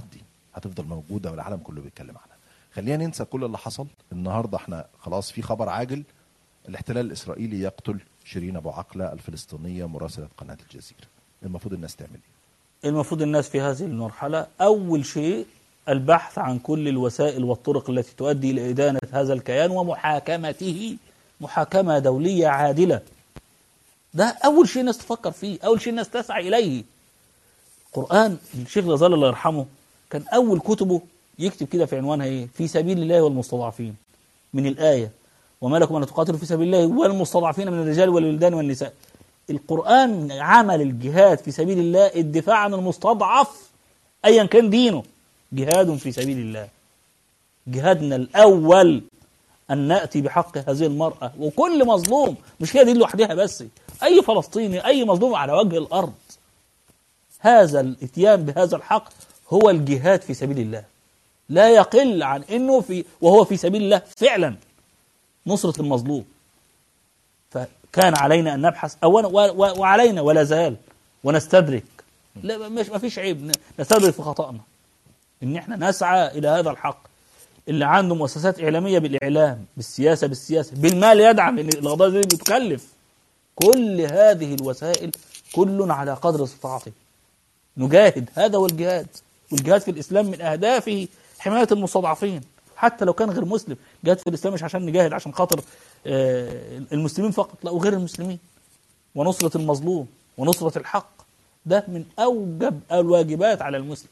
هتفضل موجودة والعالم كله بيتكلم عنها. خلينا ننسى كل اللي حصل النهاردة. احنا خلاص في خبر عاجل، الاحتلال الإسرائيلي يقتل شيرين أبو عقلة الفلسطينية مراسلة قناة الجزيرة. المفروض الناس تعمل ايه؟ المفروض الناس في هذه المرحلة أول شيء البحث عن كل الوسائل والطرق التي تؤدي إلى إدانة هذا الكيان ومحاكمته محاكمة دولية عادلة. ده أول شيء الناس تفكر فيه، أول شيء الناس تسعى إليه. القرآن الشيخ الغزالي الله يرحمه كان أول كتبه يكتب كده في عنوانها إيه؟ في سبيل الله والمستضعفين، من الآية وما لكم أن تقاتلوا في سبيل الله والمستضعفين من الرجال والولدان والنساء. القرآن عمل الجهاد في سبيل الله الدفاع عن المستضعف أيا كان دينه، جهاد في سبيل الله. جهادنا الأول أن نأتي بحق هذه المرأة وكل مظلوم، مش هي دي لوحدها بس، أي فلسطيني أي مظلوم على وجه الأرض. هذا الاتيان بهذا الحق هو الجهاد في سبيل الله، لا يقل عن أنه وهو في سبيل الله فعلا نصرة المظلوم. فكان علينا أن نبحث أولا وعلينا ولا زال ونستدرك، لا ما فيش عيب نستدرك في خطأنا، إن احنا نسعى إلى هذا الحق. اللي عنده مؤسسات إعلامية بالإعلام، بالسياسة بالمال يدعم، لأن القضايا دي بتكلف. كل هذه الوسائل كل على قدر استطاعته نجاهد. هذا هو الجهاد، والجهاد في الإسلام من أهدافه حماية المستضعفين حتى لو كان غير مسلم. جهاد في الإسلام مش عشان نجاهد عشان خاطر المسلمين فقط، لا، وغير المسلمين، ونصرة المظلوم ونصرة الحق. ده من أوجب الواجبات على المسلم.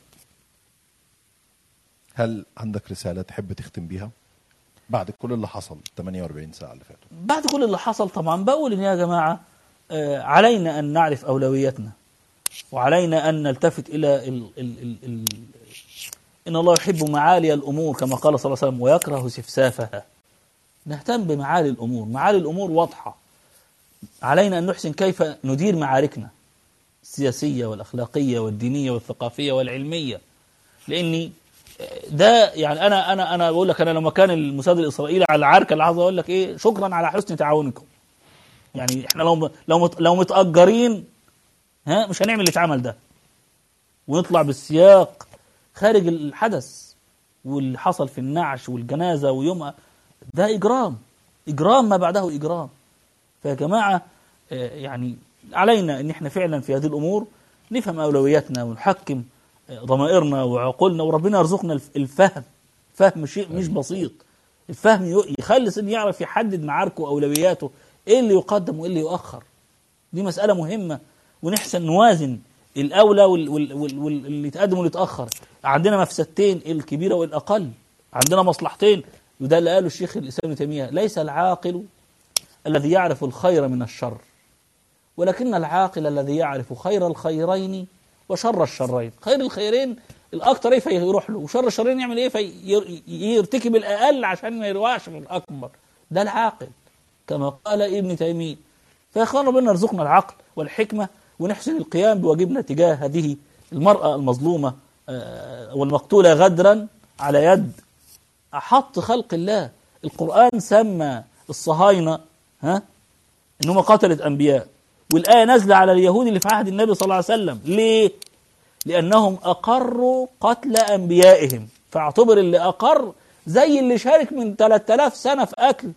هل عندك رسالة تحب تختم بيها بعد كل اللي حصل 48 ساعة اللي فاتوا؟ بعد كل اللي حصل طبعا بقول إن يا جماعة علينا أن نعرف أولوياتنا، وعلينا أن نلتفت إلى إن الله يحب معالي الأمور كما قال صلى الله عليه وسلم ويكره سفسافها. نهتم بمعالي الأمور، معالي الأمور واضحة. علينا أن نحسن كيف ندير معاركنا السياسية والأخلاقية والدينية والثقافية والعلمية. لأني ده يعني أنا بقول لك، أنا لما كان الموساد الإسرائيلي على العركة اللي عاوز أقول لك إيه، شكرا على حسن تعاونكم. يعني إحنا لو متأجرين مش هنعمل اللي اتعمل ده، ونطلع بالسياق خارج الحدث واللي حصل في النعش والجنازة ويومها. ده إجرام ما بعده إجرام. فيا جماعة يعني علينا ان احنا فعلا في هذه الامور نفهم اولوياتنا ونحكم ضمائرنا وعقولنا، وربنا يرزقنا الفهم. فهم شيء مش بسيط. الفهم يخلص ان يعرف يحدد معاركه واولوياته، ايه اللي يقدم وايه اللي يؤخر. دي مسألة مهمة، ونحسن نوازن الاولى واللي يتقدم واللي يتأخر. عندنا مفسدتين، الكبيرة والاقل، عندنا مصلحتين. وده اللي قاله الشيخ الإسلام ابن تيمية: ليس العاقل الذي يعرف الخير من الشر، ولكن العاقل الذي يعرف خير الخيرين وشر الشرين. خير الخيرين الأكثر ايه فيروح له، وشر الشرين يعمل ايه فيرتكب الأقل عشان ما يروعش من الأكبر. ده العاقل كما قال ابن تيمية. فيخلي ربنا يرزقنا العقل والحكمة، ونحسن القيام بواجبنا تجاه هذه المرأة المظلومة والمقتولة غدرا على يد أحط خلق الله. القرآن سمى الصهاينة إنهم قتلت أنبياء، والآية نازلة على اليهود اللي في عهد النبي صلى الله عليه وسلم. ليه؟ لأنهم أقروا قتل أنبيائهم. فاعتبر اللي أقر زي اللي شارك من 3000 سنة في قتل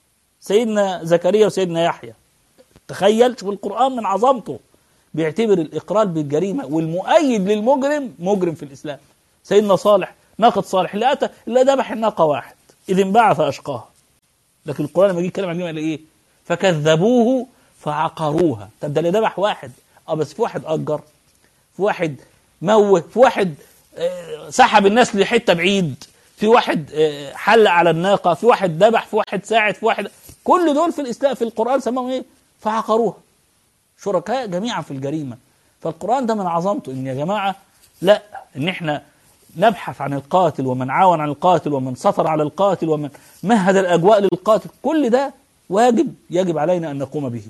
سيدنا زكريا وسيدنا يحيى. تخيل، شوف القرآن من عظمته بيعتبر الإقرار بالجريمة، والمؤيد للمجرم مجرم في الإسلام. سيدنا صالح، ناقة صالح اللي ذبح الناقة واحد إذ انبعث أشقاها. لكن القرآن لما يجي يتكلم عن الجريمة قال إيه؟ فكذبوه فعقروها. طب ده اللي ذبح واحد، بس في واحد أجر، في واحد موه، في واحد سحب الناس لحتة بعيد، في واحد حلق على الناقة، في واحد ذبح، في واحد ساعد، في واحد. كل دول في الإسلام في القرآن سموهم إيه؟ فعقروها. شركاء جميعا في الجريمة. فالقرآن ده من عظمته إن يا جماعة لا، إن إحنا نبحث عن القاتل ومن عاون عن القاتل ومن سطر على القاتل ومن مهد الأجواء للقاتل. كل ده واجب يجب علينا أن نقوم به.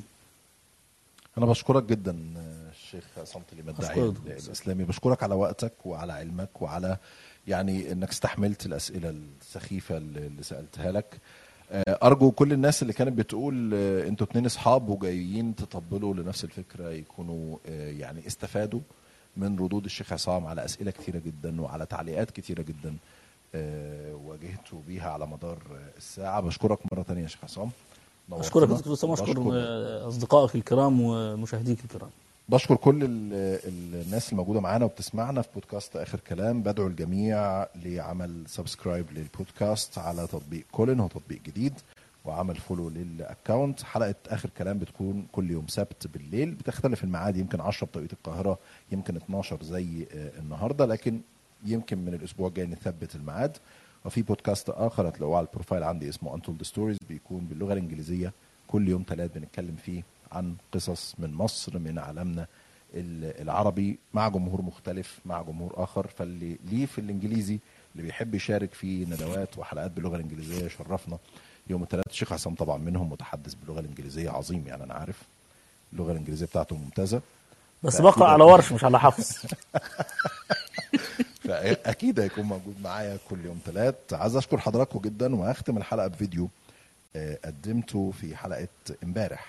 أنا بشكرك جدا الشيخ صمت المدعي الإسلامي. بشكرك على وقتك وعلى علمك وعلى يعني أنك استحملت الأسئلة السخيفة اللي سألتها لك. أرجو كل الناس اللي كانت بتقول أنتوا 2 أصحاب وجايين تطبلوا لنفس الفكرة يكونوا يعني استفادوا من ردود الشيخ عصام على أسئلة كثيرة جدا وعلى تعليقات كثيرة جدا واجهته بيها على مدار الساعة. بشكرك مرة تانية يا شيخ عصام. أشكرك دكتور أسامة، أشكر أصدقائك الكرام ومشاهديك الكرام. بشكر كل الناس الموجودة معانا وبتسمعنا في بودكاست آخر كلام. بدعو الجميع لعمل سبسكرايب للبودكاست على تطبيق كولن، هو تطبيق جديد، وعمل فولو للأكاونت. حلقة آخر كلام بتكون كل يوم سبت بالليل، بتختلف الميعاد، يمكن 10 بتوقيت القاهرة، يمكن 12 زي النهاردة، لكن يمكن من الأسبوع الجاي نثبت الميعاد. وفي بودكاست آخر هتلاقوه على البروفايل عندي اسمه Untold Stories، بيكون باللغة الإنجليزية، كل يوم 3 بنتكلم فيه عن قصص من مصر، من عالمنا العربي، مع جمهور مختلف، مع جمهور آخر. فاللي ليه في الإنجليزي اللي بيحب يشارك في ندوات وحلقات باللغة الإنجليزية شرفنا يوم الثلاث. الشيخ عصام طبعا منهم، متحدث باللغة الإنجليزية عظيم، يعني أنا عارف اللغة الإنجليزية بتاعته ممتازة، بس بقى على ورش مش على حفظ. فأكيد هيكون موجود معايا كل يوم ثلاث. عايز أشكر حضراتكم جدا، وأختم الحلقة بفيديو قدمته في حلقة امبارح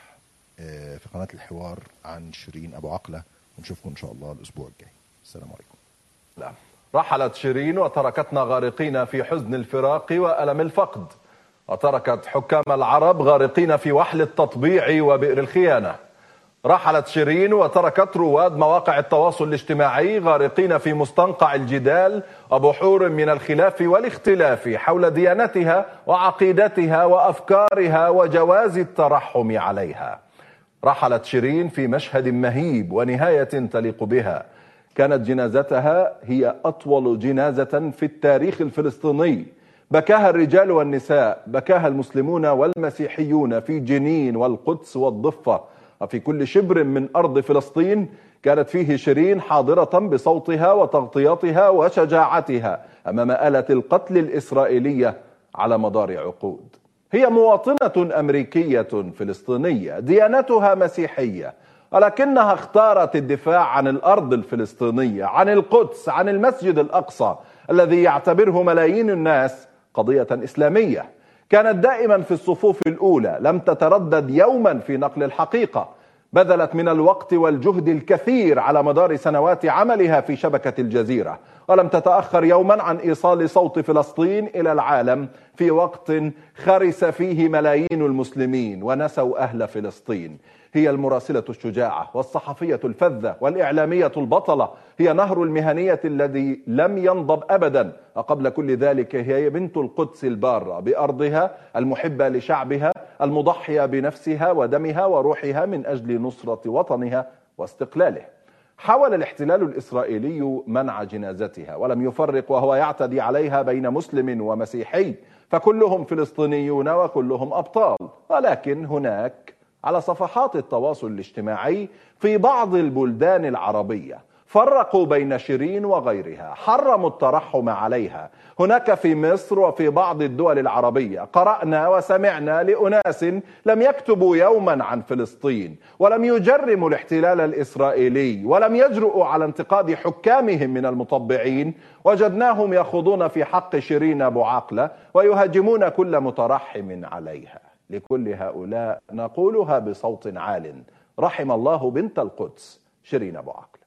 في قناة الحوار عن شيرين أبو عقلة، ونشوفكم إن شاء الله الأسبوع الجاي. السلام عليكم. لا. رحلت شيرين وتركتنا غارقين في حزن الفراق وألم الفقد، وتركت حكام العرب غارقين في وحل التطبيع وبئر الخيانة. رحلت شيرين وتركت رواد مواقع التواصل الاجتماعي غارقين في مستنقع الجدال وبحور من الخلاف والاختلاف حول ديانتها وعقيدتها وأفكارها وجواز الترحم عليها. رحلت شيرين في مشهد مهيب ونهاية تليق بها. كانت جنازتها هي أطول جنازة في التاريخ الفلسطيني، بكاها الرجال والنساء، بكاها المسلمون والمسيحيون في جنين والقدس والضفة، وفي كل شبر من أرض فلسطين كانت فيه شيرين حاضرة بصوتها وتغطياتها وشجاعتها أمام آلة القتل الإسرائيلية على مدار عقود. هي مواطنة أمريكية فلسطينية ديانتها مسيحية، ولكنها اختارت الدفاع عن الأرض الفلسطينية، عن القدس، عن المسجد الأقصى الذي يعتبره ملايين الناس قضية إسلامية. كانت دائما في الصفوف الأولى، لم تتردد يوما في نقل الحقيقة. بذلت من الوقت والجهد الكثير على مدار سنوات عملها في شبكة الجزيرة، ولم تتأخر يوما عن إيصال صوت فلسطين إلى العالم في وقت خرس فيه ملايين المسلمين ونسوا أهل فلسطين. هي المراسلة الشجاعة والصحفية الفذة والإعلامية البطلة، هي نهر المهنية الذي لم ينضب أبدا، وقبل كل ذلك هي بنت القدس البارة بأرضها، المحبة لشعبها، المضحية بنفسها ودمها وروحها من أجل نصرة وطنها واستقلاله. حاول الاحتلال الإسرائيلي منع جنازتها ولم يفرق وهو يعتدي عليها بين مسلم ومسيحي، فكلهم فلسطينيون وكلهم أبطال. ولكن هناك على صفحات التواصل الاجتماعي في بعض البلدان العربية فرقوا بين شيرين وغيرها، حرموا الترحم عليها. هناك في مصر وفي بعض الدول العربية قرأنا وسمعنا لأناس لم يكتبوا يوما عن فلسطين، ولم يجرموا الاحتلال الإسرائيلي، ولم يجرؤوا على انتقاد حكامهم من المطبعين، وجدناهم يخوضون في حق شيرين أبو عقلة ويهاجمون كل مترحم عليها. لكل هؤلاء نقولها بصوت عال: رحم الله بنت القدس شيرين أبو عقلة.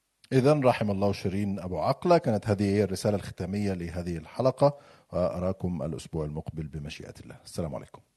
إذن رحم الله شيرين أبو عقلة. كانت هذه هي الرسالة الختامية لهذه الحلقة، وأراكم الأسبوع المقبل بمشيئة الله. السلام عليكم.